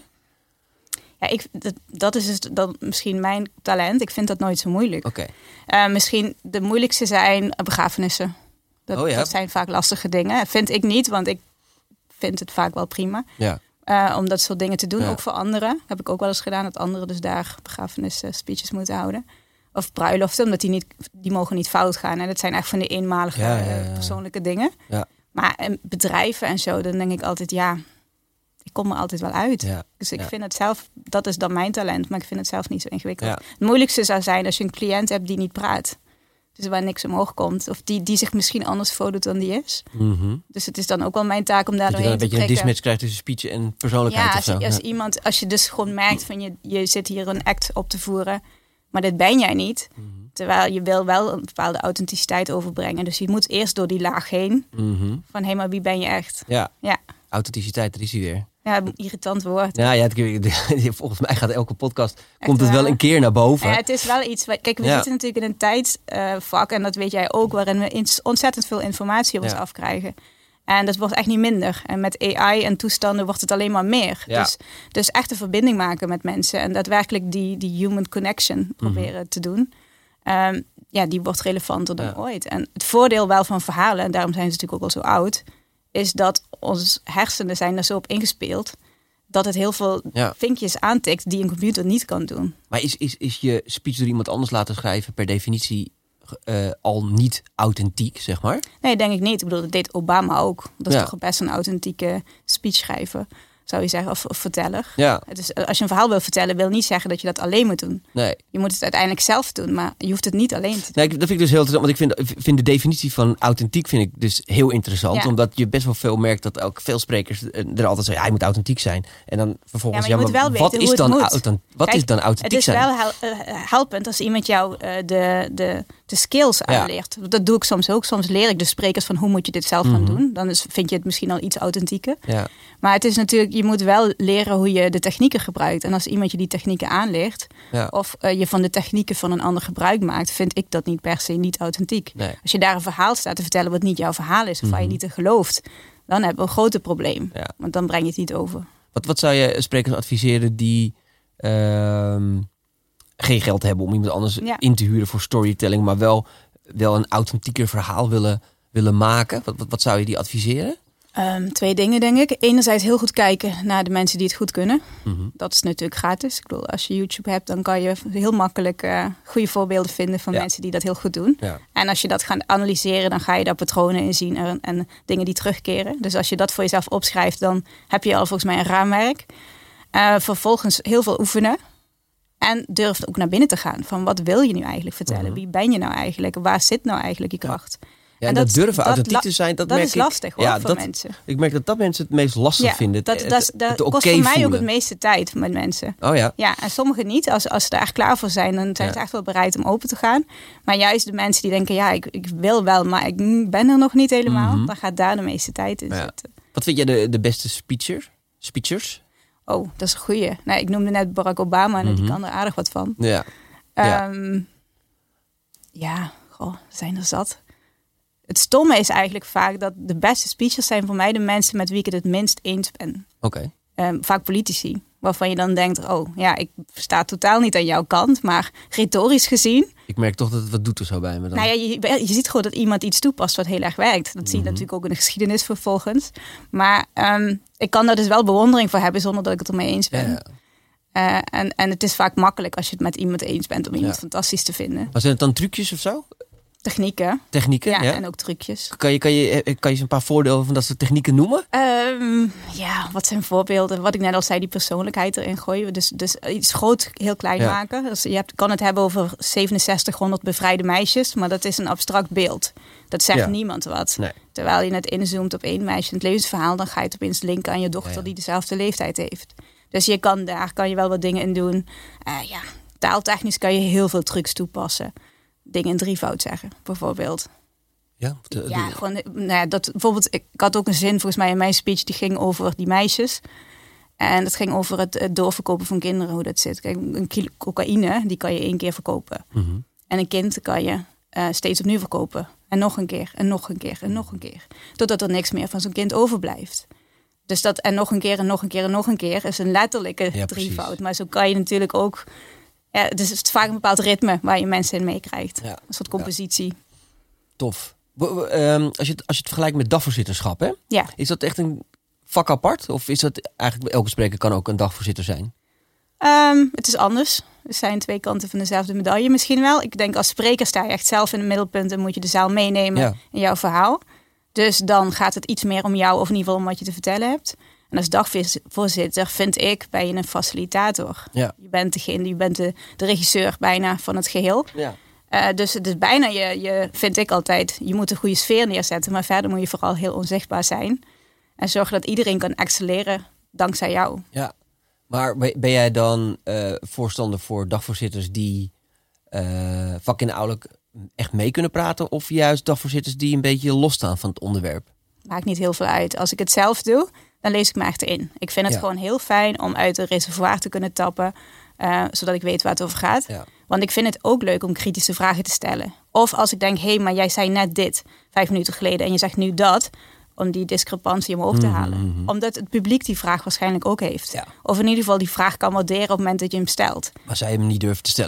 Ja, ik, dat, dat is dus dan misschien mijn talent. Ik vind dat nooit zo moeilijk. Okay. Uh, misschien de moeilijkste zijn begrafenissen. Dat, oh, ja? dat zijn vaak lastige dingen. Vind ik niet, want ik vind het vaak wel prima. Ja. Uh, om dat soort dingen te doen, ja. ook voor anderen. Heb ik ook wel eens gedaan, dat anderen dus daar begrafenis speeches moeten houden. Of bruiloften, omdat die, niet, die mogen niet fout gaan. En dat zijn echt van die eenmalige ja, ja, ja. persoonlijke dingen. Ja. Maar en bedrijven en zo, dan denk ik altijd, ja, ik kom er altijd wel uit. Ja. Dus ik ja. vind het zelf, dat is dan mijn talent, maar ik vind het zelf niet zo ingewikkeld. Ja. Het moeilijkste zou zijn als je een cliënt hebt die niet praat. Dus waar niks omhoog komt. Of die, die zich misschien anders voordoet dan die is. Mm-hmm. Dus het is dan ook wel mijn taak om daar doorheen te trekken. Dat je een beetje een dismatch krijgt tussen speech en persoonlijkheid ja, of zo. Als, als, ja. iemand, als je dus gewoon merkt van je, je zit hier een act op te voeren, maar dit ben jij niet. Mm-hmm. Terwijl je wil wel een bepaalde authenticiteit overbrengen. Dus je moet eerst door die laag heen. Mm-hmm. Van hé, hey, maar wie ben je echt? Ja, ja. Authenticiteit, daar is hij weer. Ja, een irritant woord. Ja, ja, volgens mij gaat elke podcast, echt komt het wel een keer naar boven. Ja, het is wel iets, kijk, we ja. zitten natuurlijk in een tijdsvak, uh, en dat weet jij ook, waarin we ontzettend veel informatie op ons ja. afkrijgen. En dat wordt echt niet minder. En met A I en toestanden wordt het alleen maar meer. Ja. Dus, dus echt een verbinding maken met mensen. En daadwerkelijk die, die human connection proberen mm-hmm. te doen. Um, ja, die wordt relevanter dan ja. ooit. En het voordeel wel van verhalen, en daarom zijn ze natuurlijk ook al zo oud, is dat onze hersenen zijn er zo op ingespeeld dat het heel veel ja. vinkjes aantikt die een computer niet kan doen. Maar is, is, is je speech door iemand anders laten schrijven per definitie uh, al niet authentiek, zeg maar? Nee, denk ik niet. Ik bedoel, dat deed Obama ook. Dat is ja. toch best een authentieke speechschrijver, zou je zeggen, of, of verteller. Ja. Het is, als je een verhaal wil vertellen, wil niet zeggen dat je dat alleen moet doen. Nee. Je moet het uiteindelijk zelf doen, maar je hoeft het niet alleen te doen. Nee, dat vind ik dus heel interessant, want ik vind, vind de definitie van authentiek vind ik dus heel interessant. Ja. Omdat je best wel veel merkt dat ook veel sprekers er altijd zeggen, ja, je moet authentiek zijn. En dan vervolgens, ja, maar, ja, maar maar wat, weten is dan, moet. authent, wat Kijk, is dan authentiek zijn? Het is wel hel- uh, helpend als iemand jou uh, de, de, de skills ja. aanleert. Dat doe ik soms ook. Soms leer ik de sprekers van hoe moet je dit zelf mm-hmm. gaan doen. Dan is, vind je het misschien al iets authentieker. Ja. Maar het is natuurlijk, je moet wel leren hoe je de technieken gebruikt. En als iemand je die technieken aanleert, ja. of uh, je van de technieken van een ander gebruik maakt, vind ik dat niet per se niet authentiek. Nee. Als je daar een verhaal staat te vertellen wat niet jouw verhaal is, of mm-hmm. waar je niet in gelooft, dan hebben we een groot probleem. Ja. Want dan breng je het niet over. Wat, wat zou je sprekers adviseren die uh, geen geld hebben om iemand anders ja. in te huren voor storytelling, maar wel, wel een authentieker verhaal willen, willen maken? Wat, wat, wat zou je die adviseren? Um, twee dingen, denk ik. Enerzijds heel goed kijken naar de mensen die het goed kunnen. Mm-hmm. Dat is natuurlijk gratis. Ik bedoel, als je YouTube hebt, dan kan je heel makkelijk uh, goede voorbeelden vinden van ja. mensen die dat heel goed doen. Ja. En als je dat gaat analyseren, dan ga je daar patronen in zien en, en dingen die terugkeren. Dus als je dat voor jezelf opschrijft, dan heb je al volgens mij een raamwerk. Uh, vervolgens heel veel oefenen. En durf ook naar binnen te gaan. Van wat wil je nu eigenlijk vertellen? Mm-hmm. Wie ben je nou eigenlijk? Waar zit nou eigenlijk je kracht? Ja. Ja, en, en dat, dat durven authentiek dat, te zijn, dat, dat merk is lastig ik, hoor, ja, voor dat, mensen. Ik merk dat dat mensen het meest lastig ja, vinden. Dat, het, dat, het, dat het kost okay voor mij voelen. ook het meeste tijd met mensen. Oh ja? Ja, en sommigen niet. Als, als ze er echt klaar voor zijn, dan zijn ja. ze echt wel bereid om open te gaan. Maar juist de mensen die denken, ja, ik, ik wil wel, maar ik ben er nog niet helemaal. Mm-hmm. Dan gaat daar de meeste tijd in ja. zitten. Wat vind jij de, de beste speecher? speechers? Oh, dat is een goeie. Nee, ik noemde net Barack Obama en mm-hmm. die kan er aardig wat van. Ja. Um, ja, ja goh, zijn er zat. Het stomme is eigenlijk vaak dat de beste speechers zijn voor mij de mensen met wie ik het het minst eens ben. Oké. Okay. Um, vaak politici. Waarvan je dan denkt, oh ja, ik sta totaal niet aan jouw kant. Maar retorisch gezien... Ik merk toch dat het wat doet er zo bij me dan. Nou ja, je, je ziet gewoon dat iemand iets toepast wat heel erg werkt. Dat mm-hmm. zie je natuurlijk ook in de geschiedenis vervolgens. Maar um, ik kan daar dus wel bewondering voor hebben zonder dat ik het ermee eens ben. Ja. Uh, en, en het is vaak makkelijk als je het met iemand eens bent om iemand ja. fantastisch te vinden. Maar zijn het dan trucjes of zo? Technieken. Technieken, ja, ja. En ook trucjes. Kan je, kan, je, kan je eens een paar voordelen van dat soort technieken noemen? Um, ja, wat zijn voorbeelden? Wat ik net al zei, die persoonlijkheid erin gooien. Dus, dus iets groot heel klein ja. maken. Dus je hebt, kan het hebben over zevenenzestighonderd bevrijde meisjes. Maar dat is een abstract beeld. Dat zegt ja. niemand wat. Nee. Terwijl je net inzoomt op één meisje in het levensverhaal, dan ga je het opeens linken aan je dochter ja, ja. die dezelfde leeftijd heeft. Dus je kan daar kan je wel wat dingen in doen. Uh, ja, taaltechnisch kan je heel veel trucs toepassen. Dingen in drievoud zeggen, bijvoorbeeld. Ja, de, ja de... gewoon, nou ja, dat, bijvoorbeeld, ik had ook een zin volgens mij in mijn speech, die ging over die meisjes. En dat ging over het, het doorverkopen van kinderen, hoe dat zit. Kijk, een kilo cocaïne, die kan je één keer verkopen. Mm-hmm. En een kind kan je uh, steeds opnieuw verkopen. En nog een keer, en nog een keer, en nog een keer. Totdat er niks meer van zo'n kind overblijft. Dus dat en nog een keer, en nog een keer, en nog een keer is een letterlijke ja, drievoud. Precies. Maar zo kan je natuurlijk ook... Ja, dus het is vaak een bepaald ritme waar je mensen in meekrijgt. Ja. Een soort compositie. Ja. Tof. Um, als, je het, als je het vergelijkt met dagvoorzitterschap, hè? Ja. Is dat echt een vak apart? Of is dat eigenlijk elke spreker kan ook een dagvoorzitter zijn? Um, het is anders. Er zijn twee kanten van dezelfde medaille misschien wel. Ik denk als spreker sta je echt zelf in het middelpunt en moet je de zaal meenemen ja. in jouw verhaal. Dus dan gaat het iets meer om jou of in ieder geval om wat je te vertellen hebt. En als dagvoorzitter vind ik, ben je een facilitator. Ja. Je bent degene, je bent de, de regisseur bijna van het geheel. Ja. Uh, dus het is bijna, je, je vind ik altijd, je moet een goede sfeer neerzetten. Maar verder moet je vooral heel onzichtbaar zijn. En zorgen dat iedereen kan excelleren dankzij jou. Ja, maar ben jij dan uh, voorstander voor dagvoorzitters die uh, vakinhoudelijk echt mee kunnen praten? Of juist dagvoorzitters die een beetje losstaan van het onderwerp? Maakt niet heel veel uit. Als ik het zelf doe, dan lees ik me echt in. Ik vind het ja. gewoon heel fijn om uit een reservoir te kunnen tappen. Uh, zodat ik weet waar het over gaat. Ja. Want ik vind het ook leuk om kritische vragen te stellen. Of als ik denk, hé, hey, maar jij zei net dit vijf minuten geleden en je zegt nu dat. Om die discrepantie omhoog te halen. Mm-hmm. Omdat het publiek die vraag waarschijnlijk ook heeft. Ja. Of in ieder geval die vraag kan waarderen op het moment dat je hem stelt. Maar zij hem niet durven te stellen.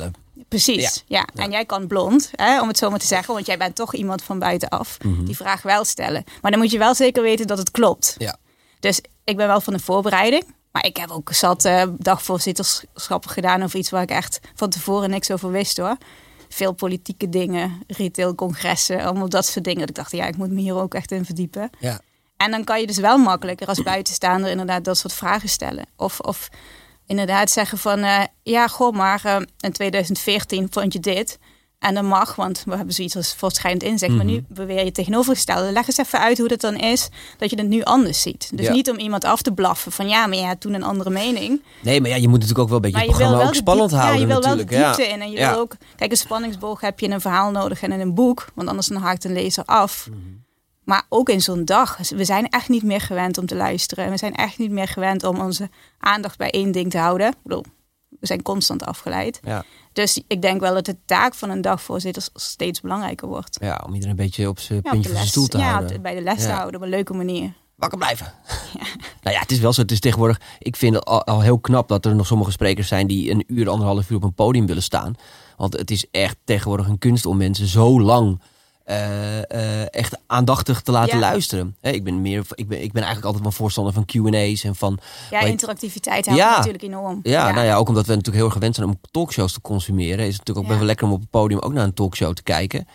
Precies, ja. ja. ja. En jij kan blond, hè, om het zo maar te zeggen. Want jij bent toch iemand van buitenaf. Mm-hmm. Die vraag wel stellen. Maar dan moet je wel zeker weten dat het klopt. Ja. Dus ik ben wel van de voorbereiding. Maar ik heb ook zat uh, dagvoorzitterschappen gedaan over iets waar ik echt van tevoren niks over wist hoor. Veel politieke dingen, retailcongressen, allemaal dat soort dingen. Dat ik dacht, ja, ik moet me hier ook echt in verdiepen. Ja. En dan kan je dus wel makkelijker als buitenstaander inderdaad dat soort vragen stellen. Of, of inderdaad zeggen van, uh, ja, goh, maar uh, in tweeduizend veertien vond je dit. En dat mag, want we hebben zoiets als voortschrijdend inzicht. Mm-hmm. Maar nu beweer je tegenovergestelde. Leg eens even uit hoe het dan is dat je het nu anders ziet. Dus ja. niet om iemand af te blaffen van ja, maar je had toen een andere mening. Nee, maar ja, je moet natuurlijk ook wel een beetje het programma ook spannend diep, houden. Ja, je wil natuurlijk. wel de diepte ja. in. En je ja. wil ook, kijk, een spanningsboog heb je in een verhaal nodig en in een boek. Want anders dan haakt een lezer af. Mm-hmm. Maar ook in zo'n dag. We zijn echt niet meer gewend om te luisteren. We zijn echt niet meer gewend om onze aandacht bij één ding te houden. Ik bedoel, we zijn constant afgeleid. Ja. Dus ik denk wel dat de taak van een dagvoorzitter steeds belangrijker wordt. Ja, om iedereen een beetje op zijn ja, puntje van zijn stoel te ja, houden. Ja, bij de les ja. te houden op een leuke manier. Wakker blijven. Ja. Nou ja, het is wel zo. Het is tegenwoordig, ik vind het al, al heel knap dat er nog sommige sprekers zijn die een uur, anderhalf uur op een podium willen staan. Want het is echt tegenwoordig een kunst om mensen zo lang Uh, uh, echt aandachtig te laten ja. luisteren. He, ik ben meer, ik ben, ik ben eigenlijk altijd wel voorstander van Q en A's en van. Ja, interactiviteit helpt ja, natuurlijk enorm. Ja, ja, nou ja, ook omdat we natuurlijk heel erg gewend zijn om talkshows te consumeren, is het natuurlijk ook ja. best wel lekker om op het podium ook naar een talkshow te kijken.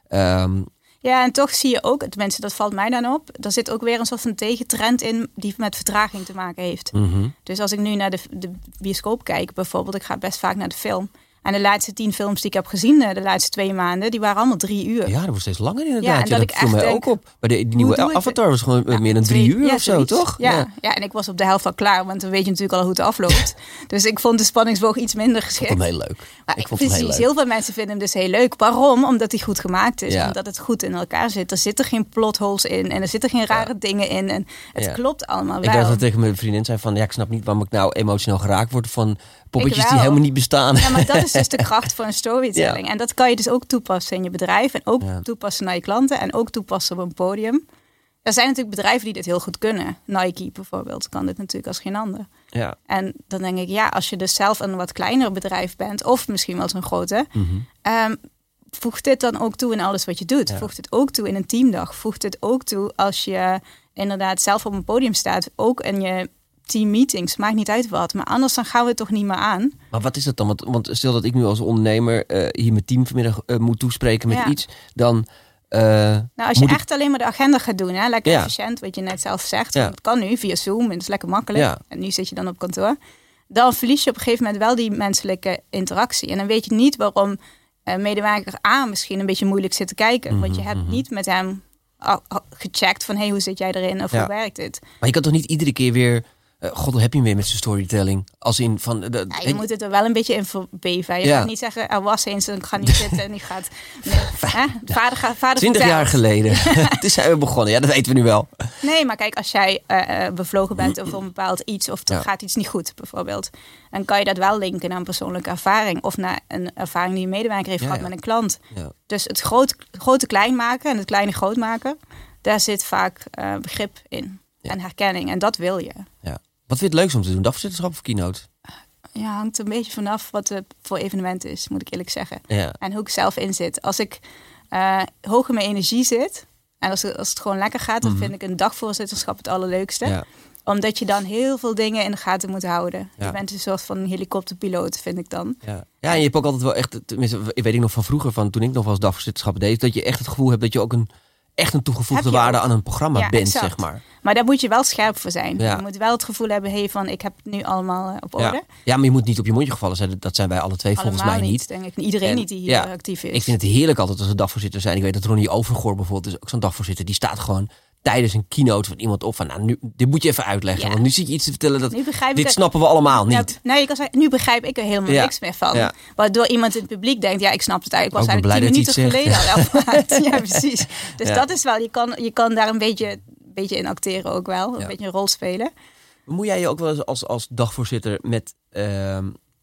Um, ja, en toch zie je ook, tenminste, dat valt mij dan op. Er zit ook weer een soort van tegentrend in die met vertraging te maken heeft. Mm-hmm. Dus als ik nu naar de, de bioscoop kijk, bijvoorbeeld, ik ga best vaak naar de film. En de laatste tien films die ik heb gezien de laatste twee maanden, die waren allemaal drie uur. Ja, dat wordt steeds langer inderdaad. Ja, en ja, dat, dat ik viel mij denk, ook op. Maar de, die nieuwe Avatar was gewoon ja, meer dan drie twee, uur ja, of zo, zoiets. Toch? Ja, ja. ja, en ik was op de helft al klaar, want dan weet je natuurlijk al hoe het afloopt. Dus ik vond de spanningsboog iets minder geschikt. Ik vond hem heel leuk. Maar ik vond precies, hem heel, heel veel mensen vinden hem dus heel leuk. Waarom? Omdat hij goed gemaakt is. Ja. Omdat het goed in elkaar zit. Er zitten geen plotholes in en er zitten geen rare ja. dingen in. En het ja. klopt allemaal wel. Ik dacht dat tegen mijn vriendin zei van, ja, ik snap niet waarom ik nou emotioneel geraakt word van poppetjes die helemaal niet bestaan. Ja, maar dat is dus de kracht van een storytelling. Ja. En dat kan je dus ook toepassen in je bedrijf. En ook ja. toepassen naar je klanten. En ook toepassen op een podium. Er zijn natuurlijk bedrijven die dit heel goed kunnen. Nike bijvoorbeeld kan dit natuurlijk als geen ander. Ja. En dan denk ik, ja, als je dus zelf een wat kleiner bedrijf bent. Of misschien wel zo'n grote. Mm-hmm. Um, voegt dit dan ook toe in alles wat je doet. Ja. Voegt het ook toe in een teamdag. Voegt het ook toe als je inderdaad zelf op een podium staat. Ook in je teammeetings, maakt niet uit wat. Maar anders dan gaan we het toch niet meer aan. Maar wat is dat dan? Want, want stel dat ik nu als ondernemer uh, hier mijn team vanmiddag uh, moet toespreken met ja. iets, dan Uh, nou, als je echt ik... alleen maar de agenda gaat doen, hè, lekker ja. efficiënt, wat je net zelf zegt. Ja. Dat kan nu via Zoom en dat is lekker makkelijk. Ja. En nu zit je dan op kantoor. Dan verlies je op een gegeven moment wel die menselijke interactie. En dan weet je niet waarom uh, medewerker A misschien een beetje moeilijk zit te kijken. Mm-hmm, want je hebt mm-hmm. niet met hem uh, gecheckt van, hey, hoe zit jij erin of ja. hoe werkt dit? Maar je kan toch niet iedere keer weer... Uh, God, hoe heb je hem weer met zijn storytelling? Als in van... De, de, ja, je he... moet het er wel een beetje in verbeven. Je ja. gaat niet zeggen, er was eens en ik ga niet zitten en die gaat... Nee, hè? Vader gaat... Vader Twintig vertelt. jaar geleden. Toen zijn we begonnen. Ja, dat weten we nu wel. Nee, maar kijk, als jij uh, bevlogen bent over een bepaald iets... of er ja. gaat iets niet goed, bijvoorbeeld... dan kan je dat wel linken naar een persoonlijke ervaring... of naar een ervaring die een medewerker heeft ja, gehad ja. met een klant. Ja. Dus het groot, grote klein maken en het kleine groot maken... daar zit vaak uh, begrip in. Ja. En herkenning. En dat wil je. Ja. Wat vind je het leukst om te doen? Dagvoorzitterschap of keynote? Ja, hangt een beetje vanaf wat het voor evenement is, moet ik eerlijk zeggen. Ja. En hoe ik zelf in zit. Als ik uh, hoog in mijn energie zit... en als het, als het gewoon lekker gaat... dan mm-hmm. vind ik een dagvoorzitterschap het allerleukste. Ja. Omdat je dan heel veel dingen in de gaten moet houden. Ja. Je bent een soort van helikopterpiloot, vind ik dan. Ja. ja, en je hebt ook altijd wel echt... tenminste, ik weet ik nog van vroeger, van toen ik nog wel eens dagvoorzitterschap deed... dat je echt het gevoel hebt dat je ook een... echt een toegevoegde waarde ook aan een programma ja, bent, exact. zeg maar. Maar daar moet je wel scherp voor zijn. Ja. Je moet wel het gevoel hebben, hey, van ik heb het nu allemaal uh, op orde. Ja. ja, maar je moet niet op je mondje gevallen zijn. Dat zijn wij alle twee allemaal volgens mij niet. niet. Denk ik. Iedereen en, niet die hier ja, actief is. Ik vind het heerlijk altijd als er dagvoorzitter zijn. Ik weet dat Ronnie Overgoor bijvoorbeeld is ook zo'n dagvoorzitter. Die staat gewoon tijdens een keynote van iemand op van, nou, nu, dit moet je even uitleggen. Ja. Want nu zit je iets te vertellen dat dit snappen we allemaal niet. Nou, nou, je kan zeggen, nu begrijp ik er helemaal ja. niks meer van. Ja. Waardoor iemand in het publiek denkt, ja, ik snap het eigenlijk. Was eigenlijk tien minuten geleden al afgehaald. Ja, precies. Dus ja. dat is wel, je kan, je kan daar een beetje, beetje in acteren ook wel. Een ja. beetje een rol spelen. Moet jij je ook wel eens als, als dagvoorzitter met... Uh,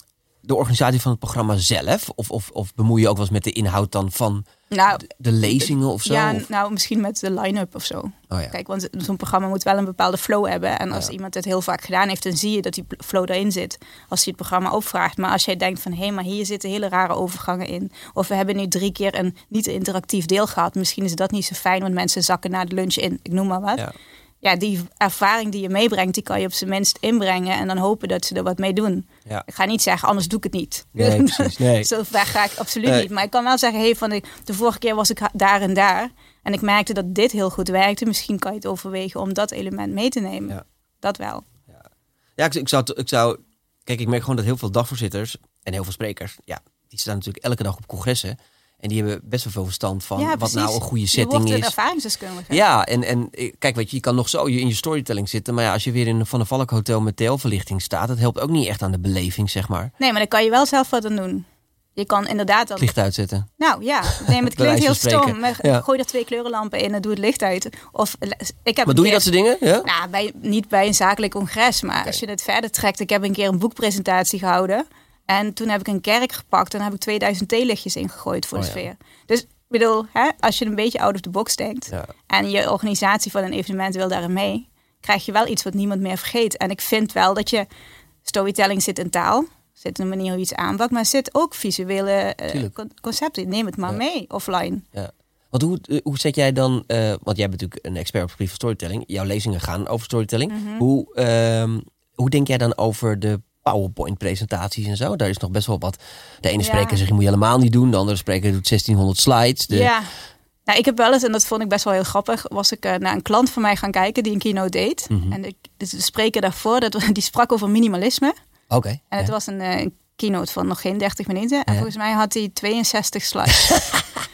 de organisatie van het programma zelf? Of, of, of bemoei je ook wel eens met de inhoud dan van nou, de, de lezingen of zo? Ja, of? nou misschien met de line-up of zo. Oh, ja. Kijk, want zo'n programma moet wel een bepaalde flow hebben. En als ja. iemand het heel vaak gedaan heeft, dan zie je dat die flow erin zit. Als hij het programma opvraagt. Maar als jij denkt van, hé, hey, maar hier zitten hele rare overgangen in. Of we hebben nu drie keer een niet-interactief deel gehad. Misschien is dat niet zo fijn, want mensen zakken na de lunch in. Ik noem maar wat. Ja. Ja, die ervaring die je meebrengt, die kan je op zijn minst inbrengen. En dan hopen dat ze er wat mee doen. Ja. Ik ga niet zeggen, anders doe ik het niet. Nee, precies. Nee. Zo ver ga ik absoluut nee. niet. Maar ik kan wel zeggen, hey, van de, de vorige keer was ik daar en daar. En ik merkte dat dit heel goed werkte. Misschien kan je het overwegen om dat element mee te nemen. Ja. Dat wel. Ja, ja ik, ik, zou, ik zou... Kijk, ik merk gewoon dat heel veel dagvoorzitters en heel veel sprekers... Ja, die staan natuurlijk elke dag op congressen. En die hebben best wel veel verstand van ja, wat nou een goede setting is. Je wordt een ervaringsdeskundige. Ja, en, en kijk, weet je, je kan nog zo in je storytelling zitten. Maar ja, als je weer in een Van der Valk hotel met T L-verlichting staat... dat helpt ook niet echt aan de beleving, zeg maar. Nee, maar dan kan je wel zelf wat aan doen. Je kan inderdaad... Dan... licht uitzetten. Nou ja, neem het klinkt heel stom. Maar ja. Gooi er twee kleurenlampen in en doe het licht uit. Of, ik heb maar doe je dat soort dingen? Ja? Nou, bij, niet bij een zakelijk congres. Maar okay. Als je het verder trekt... Ik heb een keer een boekpresentatie gehouden... En toen heb ik een kerk gepakt en heb ik tweeduizend theelichtjes ingegooid voor de oh, sfeer. Ja. Dus ik bedoel, hè, als je een beetje out of the box denkt... Ja. En je organisatie van een evenement wil daarin mee... krijg je wel iets wat niemand meer vergeet. En ik vind wel dat je... storytelling zit in taal, zit in een manier hoe je iets aanpakt... maar zit ook visuele uh, concepten. Neem het maar ja. mee, offline. Ja. Want hoe, hoe zet jij dan... Uh, want jij bent natuurlijk een expert op het gebied van storytelling. Jouw lezingen gaan over storytelling. Mm-hmm. Hoe, uh, hoe denk jij dan over de... PowerPoint-presentaties en zo. Daar is nog best wel wat. De ene spreker ja. zegt, je moet je helemaal niet doen. De andere spreker doet zestienhonderd slides. De... Ja, nou, ik heb wel eens, en dat vond ik best wel heel grappig... was ik uh, naar een klant van mij gaan kijken die een keynote deed. Mm-hmm. En de, de spreker daarvoor, dat, die sprak over minimalisme. Oké. Okay, en het ja. was een uh, keynote van nog geen dertig minuten. En ja. volgens mij had hij tweeënzestig slides.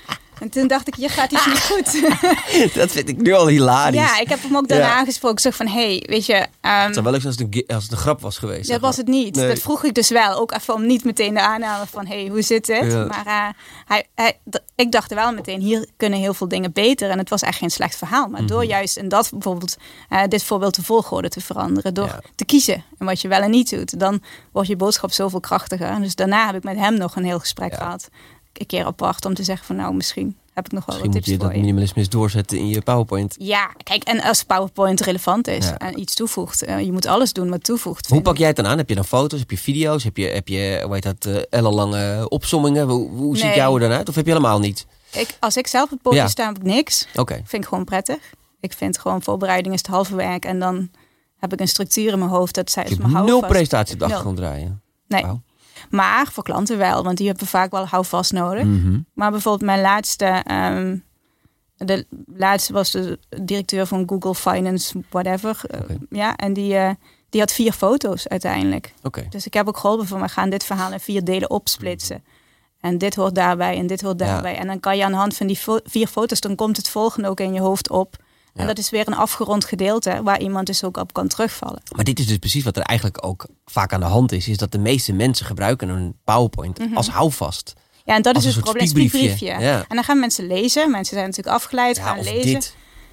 En toen dacht ik, je gaat iets niet goed. Dat vind ik nu al hilarisch. Ja, ik heb hem ook daarna ja. aangesproken. Ik zeg van, hé, hey, weet je... Um, het zou wel eens als het, een, als het een grap was geweest. Dat was het niet. Nee. Dat vroeg ik dus wel. Ook even om niet meteen de aanname van, hé, hey, hoe zit het? Ja. Maar uh, hij, hij, d- ik dacht er wel meteen, hier kunnen heel veel dingen beter. En het was echt geen slecht verhaal. Maar mm-hmm. door juist in dat bijvoorbeeld, uh, dit voorbeeld de volgorde te veranderen. Door ja. te kiezen en wat je wel en niet doet. Dan wordt je boodschap zoveel krachtiger. Dus daarna heb ik met hem nog een heel gesprek ja. gehad. Een keer apart om te zeggen van, nou, misschien... heb ik nog wel Misschien wat tips moet je dat je. minimalisme eens doorzetten in je PowerPoint. Ja, kijk, en als PowerPoint relevant is ja. en iets toevoegt. Uh, je moet alles doen wat toevoegt. Hoe pak jij het dan aan? Heb je dan foto's, heb je video's, heb je, heb je hoe heet dat, uh, ellenlange opsommingen? Hoe, hoe nee. ziet jou er dan uit? Of heb je helemaal niet? Ik, als ik zelf op het podium ja. sta, heb ik niks. Okay. Vind ik gewoon prettig. Ik vind gewoon voorbereiding is het halve werk. En dan heb ik een structuur in mijn hoofd. Dat zij, je hebt nul vast. presentatie op de achtergrond draaien. Nee. Wow. Maar voor klanten wel, want die hebben vaak wel houvast nodig. Mm-hmm. Maar bijvoorbeeld mijn laatste... Um, de laatste was de directeur van Google Finance, whatever. Okay. Uh, ja, en die, uh, die had vier foto's uiteindelijk. Okay. Dus ik heb ook geholpen van, we gaan dit verhaal in vier delen opsplitsen. En dit hoort daarbij en dit hoort daarbij. Ja. En dan kan je aan de hand van die fo- vier foto's, dan komt het volgende ook in je hoofd op. En ja. dat is weer een afgerond gedeelte waar iemand dus ook op kan terugvallen. Maar dit is dus precies wat er eigenlijk ook vaak aan de hand is. Is dat de meeste mensen gebruiken een PowerPoint mm-hmm. als houvast. Ja, en dat als is het probleem. Spiekbriefje. Ja. En dan gaan mensen lezen. Mensen zijn natuurlijk afgeleid, ja, gaan of lezen. Dit.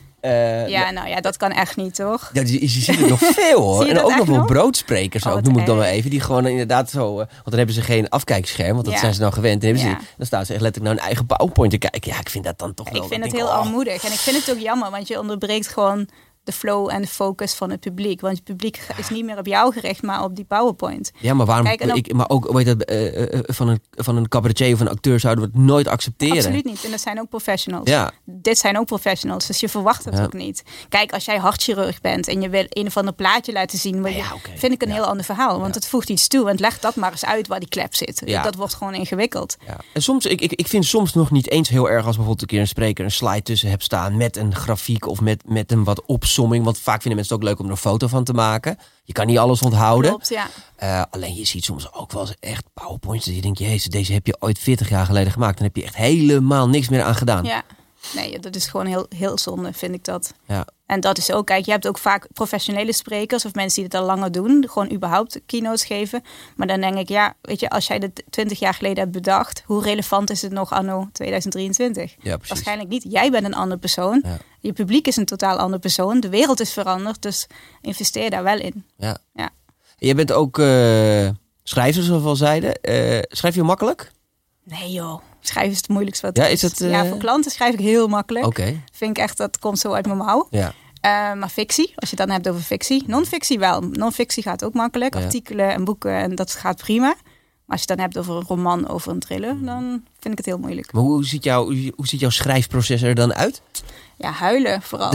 Uh, ja, nou ja, dat kan echt niet, toch? Ja, je, je ziet het nog veel, hoor. En ook nog wel broodsprekers, oh, ook, noem ik dan wel even. Die gewoon inderdaad zo... Uh, want dan hebben ze geen afkijkscherm, want dat ja. zijn ze nou gewend. En hebben ja. ze, dan staan ze echt letterlijk naar hun eigen PowerPoint te kijken. Ja, ik vind dat dan toch wel... Ik vind het denk, heel oh. armoedig. En ik vind het ook jammer, want je onderbreekt gewoon... de flow en de focus van het publiek. Want het publiek is niet meer op jou gericht, maar op die PowerPoint. Ja, maar waarom? Kijk, ook, ik, maar ook weet dat, uh, uh, van, een, van een cabaretier of een acteur zouden we het nooit accepteren. Absoluut niet. En dat zijn ook professionals. Ja. Dit zijn ook professionals, dus je verwacht het ja. ook niet. Kijk, als jij hartchirurg bent en je wil een of ander plaatje laten zien, maar ja, okay. vind ik een ja. heel ander verhaal. Want ja. het voegt iets toe. En leg dat maar eens uit waar die klep zit. Ja. Dat wordt gewoon ingewikkeld. Ja. En soms, ik, ik, ik vind soms nog niet eens heel erg als bijvoorbeeld een keer een spreker een slide tussen hebt staan met een grafiek of met, met een wat opsomming. Want vaak vinden mensen het ook leuk om er een foto van te maken. Je kan niet alles onthouden. Klopt, ja. Uh, alleen je ziet soms ook wel eens echt PowerPoints. Dat je denkt, jezus, deze heb je ooit veertig jaar geleden gemaakt. Dan heb je echt helemaal niks meer aan gedaan. Ja, nee, dat is gewoon heel, heel zonde, vind ik dat. Ja. En dat is ook, kijk, je hebt ook vaak professionele sprekers of mensen die het al langer doen. Gewoon überhaupt keynotes geven. Maar dan denk ik, ja, weet je, als jij dit twintig jaar geleden hebt bedacht, hoe relevant is het nog anno tweeduizend drieëntwintig? Ja, precies. Waarschijnlijk niet. Jij bent een andere persoon. Ja. Je publiek is een totaal andere persoon. De wereld is veranderd, dus investeer daar wel in. Ja. ja. Je bent ook uh, Schrijven, zoals we al zeiden. Uh, schrijf je makkelijk? Nee joh, schrijven is het moeilijkste wat ja, er is. is. Het, uh... Ja, voor klanten schrijf ik heel makkelijk. Oké. Okay. Vind ik echt, dat komt zo uit mijn mouw. Ja. Uh, maar fictie, als je het dan hebt over fictie. Non-fictie wel. Non-fictie gaat ook makkelijk. Ja. Artikelen en boeken, en dat gaat prima. Maar als je het dan hebt over een roman, over een thriller, dan vind ik het heel moeilijk. Maar hoe ziet, jouw, hoe ziet jouw schrijfproces er dan uit? Ja, huilen vooral.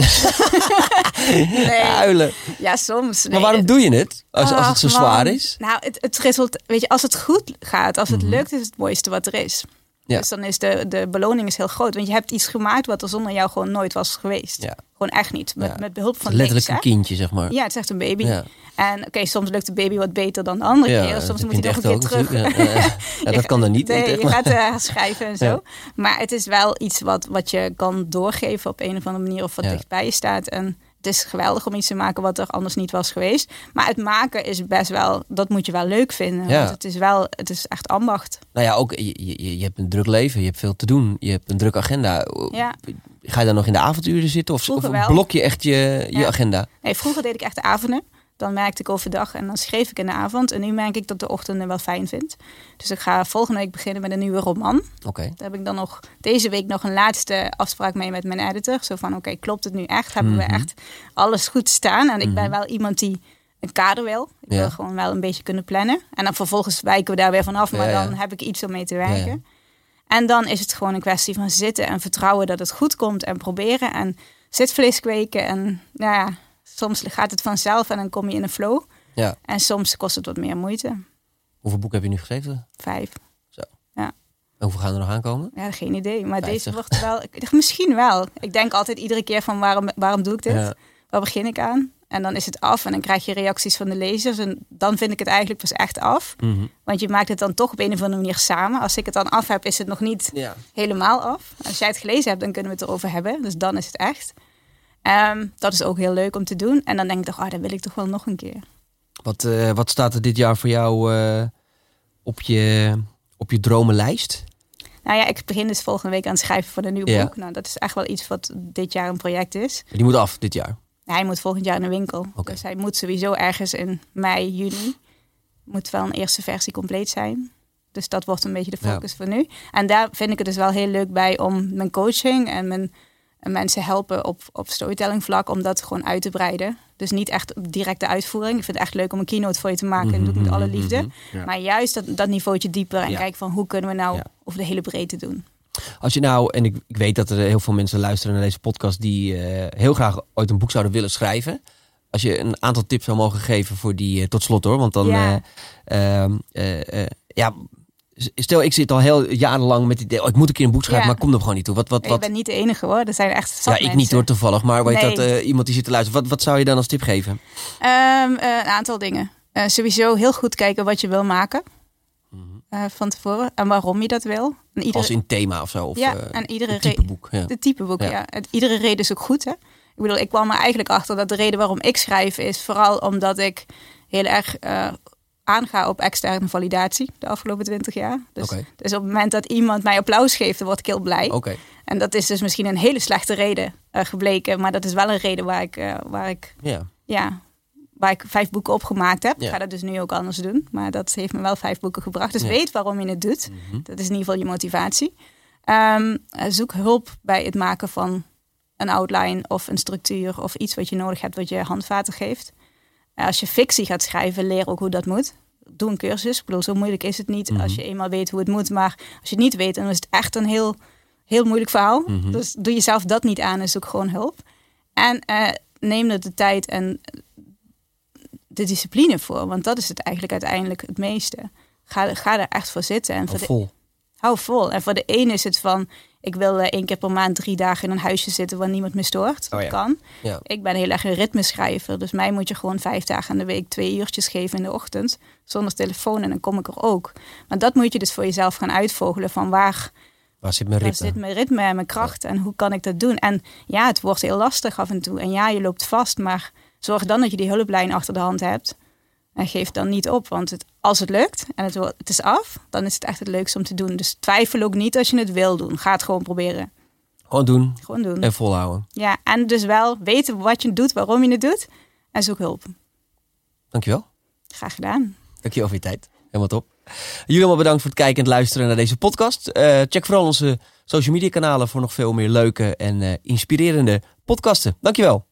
nee. Huilen? Ja, soms. Nee. Maar waarom doe je het, als, als het zo zwaar is? Nou, het, het resultaat, weet je, als het goed gaat, als het mm-hmm. lukt, is het mooiste wat er is. Ja. Dus dan is de, de beloning is heel groot. Want je hebt iets gemaakt wat er zonder jou gewoon nooit was geweest. Ja. Gewoon echt niet. Met, ja. met behulp van letterlijk niks, een kindje, zeg maar. Ja, het is echt een baby. Ja. En oké, okay, soms lukt de baby wat beter dan de andere ja, keer. Soms moet hij nog een keer terug. Ja, ja. ja, dat kan dan niet. Nee, je gaat uh, schrijven en zo. Ja. Maar het is wel iets wat, wat je kan doorgeven op een of andere manier. Of wat ja. dichtbij je staat. En het is geweldig om iets te maken wat er anders niet was geweest. Maar het maken is best wel, dat moet je wel leuk vinden. Ja. Want het is wel, het is echt ambacht. Nou ja, ook, je, je, je hebt een druk leven. Je hebt veel te doen. Je hebt een drukke agenda. Ja. Ga je dan nog in de avonduren zitten? Of, of blok je echt je, je ja. agenda? Nee, vroeger deed ik echt de avonden. Dan werkte ik overdag en dan schreef ik in de avond. En nu merk ik dat de ochtenden wel fijn vind. Dus ik ga volgende week beginnen met een nieuwe roman. Okay. Daar heb ik dan nog deze week nog een laatste afspraak mee met mijn editor. Zo van, oké, okay, klopt het nu echt? Hebben mm-hmm. we echt alles goed staan? En ik mm-hmm. ben wel iemand die een kader wil. Ik ja. wil gewoon wel een beetje kunnen plannen. En dan vervolgens wijken we daar weer vanaf. Maar ja, ja. dan heb ik iets om mee te werken. Ja, ja. En dan is het gewoon een kwestie van zitten en vertrouwen dat het goed komt. En proberen en zitvlees kweken. En nou ja, soms gaat het vanzelf en dan kom je in een flow. Ja. En soms kost het wat meer moeite. Hoeveel boeken heb je nu geschreven? Vijf. Zo. Ja. En hoeveel gaan er nog aankomen? Ja, geen idee. Maar vijftig. Deze wordt wel... Misschien wel. Ik denk altijd iedere keer van waarom, waarom doe ik dit? Ja. Waar begin ik aan? En dan is het af en dan krijg je reacties van de lezers. En dan vind ik het eigenlijk pas echt af. Mm-hmm. Want je maakt het dan toch op een of andere manier samen. Als ik het dan af heb, is het nog niet ja. helemaal af. Als jij het gelezen hebt, dan kunnen we het erover hebben. Dus dan is het echt. Um, dat is ook heel leuk om te doen. En dan denk ik toch, oh, dat wil ik toch wel nog een keer. Wat, uh, wat staat er dit jaar voor jou uh, op, je, op je dromenlijst? Nou ja, ik begin dus volgende week aan het schrijven voor een nieuw ja. boek. Nou, dat is echt wel iets wat dit jaar een project is. Die moet af dit jaar? Ja, hij moet volgend jaar in de winkel. Okay. Dus hij moet sowieso ergens in mei, juni. Moet wel een eerste versie compleet zijn. Dus dat wordt een beetje de focus ja. voor nu. En daar vind ik het dus wel heel leuk bij om mijn coaching en mijn en mensen helpen op, op storytelling vlak om dat gewoon uit te breiden. Dus niet echt directe uitvoering. Ik vind het echt leuk om een keynote voor je te maken. Mm-hmm, en doe ik met alle liefde. Mm-hmm, ja. Maar juist dat, dat niveautje dieper. En ja. kijken van hoe kunnen we nou ja. over de hele breedte doen. Als je nou, en ik, ik weet dat er heel veel mensen luisteren naar deze podcast die uh, heel graag ooit een boek zouden willen schrijven. Als je een aantal tips zou mogen geven voor die, uh, tot slot hoor. Want dan, ja, uh, uh, uh, uh, ja stel ik zit al heel jarenlang met het idee, oh, ik moet een keer een boek schrijven, ja. maar ik kom er gewoon niet toe. Wat, wat, wat... Je bent niet de enige hoor, er zijn echt zat Ja, ik mensen. niet hoor toevallig, maar weet nee. dat uh, iemand die zit te luisteren. Wat, wat zou je dan als tip geven? Um, uh, een aantal dingen. Uh, sowieso heel goed kijken wat je wil maken. Uh, van tevoren. En waarom je dat wil. En iedere... Als in thema of zo? Of, ja, uh, en iedere het type boek. Ja. De type boek, ja. ja. En iedere reden is ook goed, hè. Ik bedoel, ik kwam er eigenlijk achter dat de reden waarom ik schrijf is vooral omdat ik heel erg uh, aanga op externe validatie de afgelopen twintig jaar. Dus, okay. dus op het moment dat iemand mij applaus geeft, dan word ik heel blij. Okay. En dat is dus misschien een hele slechte reden uh, gebleken. Maar dat is wel een reden waar ik... Uh, waar ik ja. ja waar ik vijf boeken opgemaakt heb. Ja. Ik ga dat dus nu ook anders doen. Maar dat heeft me wel vijf boeken gebracht. Dus ja. weet waarom je het doet. Mm-hmm. Dat is in ieder geval je motivatie. Um, zoek hulp bij het maken van een outline of een structuur of iets wat je nodig hebt wat je handvaten geeft. Uh, als je fictie gaat schrijven, leer ook hoe dat moet. Doe een cursus. Ik bedoel, zo moeilijk is het niet mm-hmm. als je eenmaal weet hoe het moet. Maar als je het niet weet, dan is het echt een heel, heel moeilijk verhaal. Mm-hmm. Dus doe jezelf dat niet aan en zoek gewoon hulp. En uh, neem er de tijd en de discipline voor. Want dat is het eigenlijk uiteindelijk het meeste. Ga, ga er echt voor zitten. En hou voor vol. De, hou vol. En voor de een is het van, ik wil uh, één keer per maand drie dagen in een huisje zitten waar niemand me stoort. Dat oh ja. kan. Ja. Ik ben heel erg een ritmeschrijver. Dus mij moet je gewoon vijf dagen in de week twee uurtjes geven in de ochtend. Zonder telefoon en dan kom ik er ook. Maar dat moet je dus voor jezelf gaan uitvogelen. Van waar, waar zit mijn ritme? Waar zit mijn ritme en mijn kracht? Ja. En hoe kan ik dat doen? En ja, het wordt heel lastig af en toe. En ja, je loopt vast, maar zorg dan dat je die hulplijn achter de hand hebt. En geef dan niet op. Want het, als het lukt en het, het is af, dan is het echt het leukste om te doen. Dus twijfel ook niet als je het wil doen. Ga het gewoon proberen. Gewoon doen. Gewoon doen. En volhouden. Ja, en dus wel weten wat je doet, waarom je het doet. En zoek hulp. Dankjewel. Graag gedaan. Dankjewel voor je tijd. Helemaal top. Jullie allemaal bedankt voor het kijken en het luisteren naar deze podcast. Uh, check vooral onze social media kanalen voor nog veel meer leuke en uh, inspirerende podcasten. Dankjewel.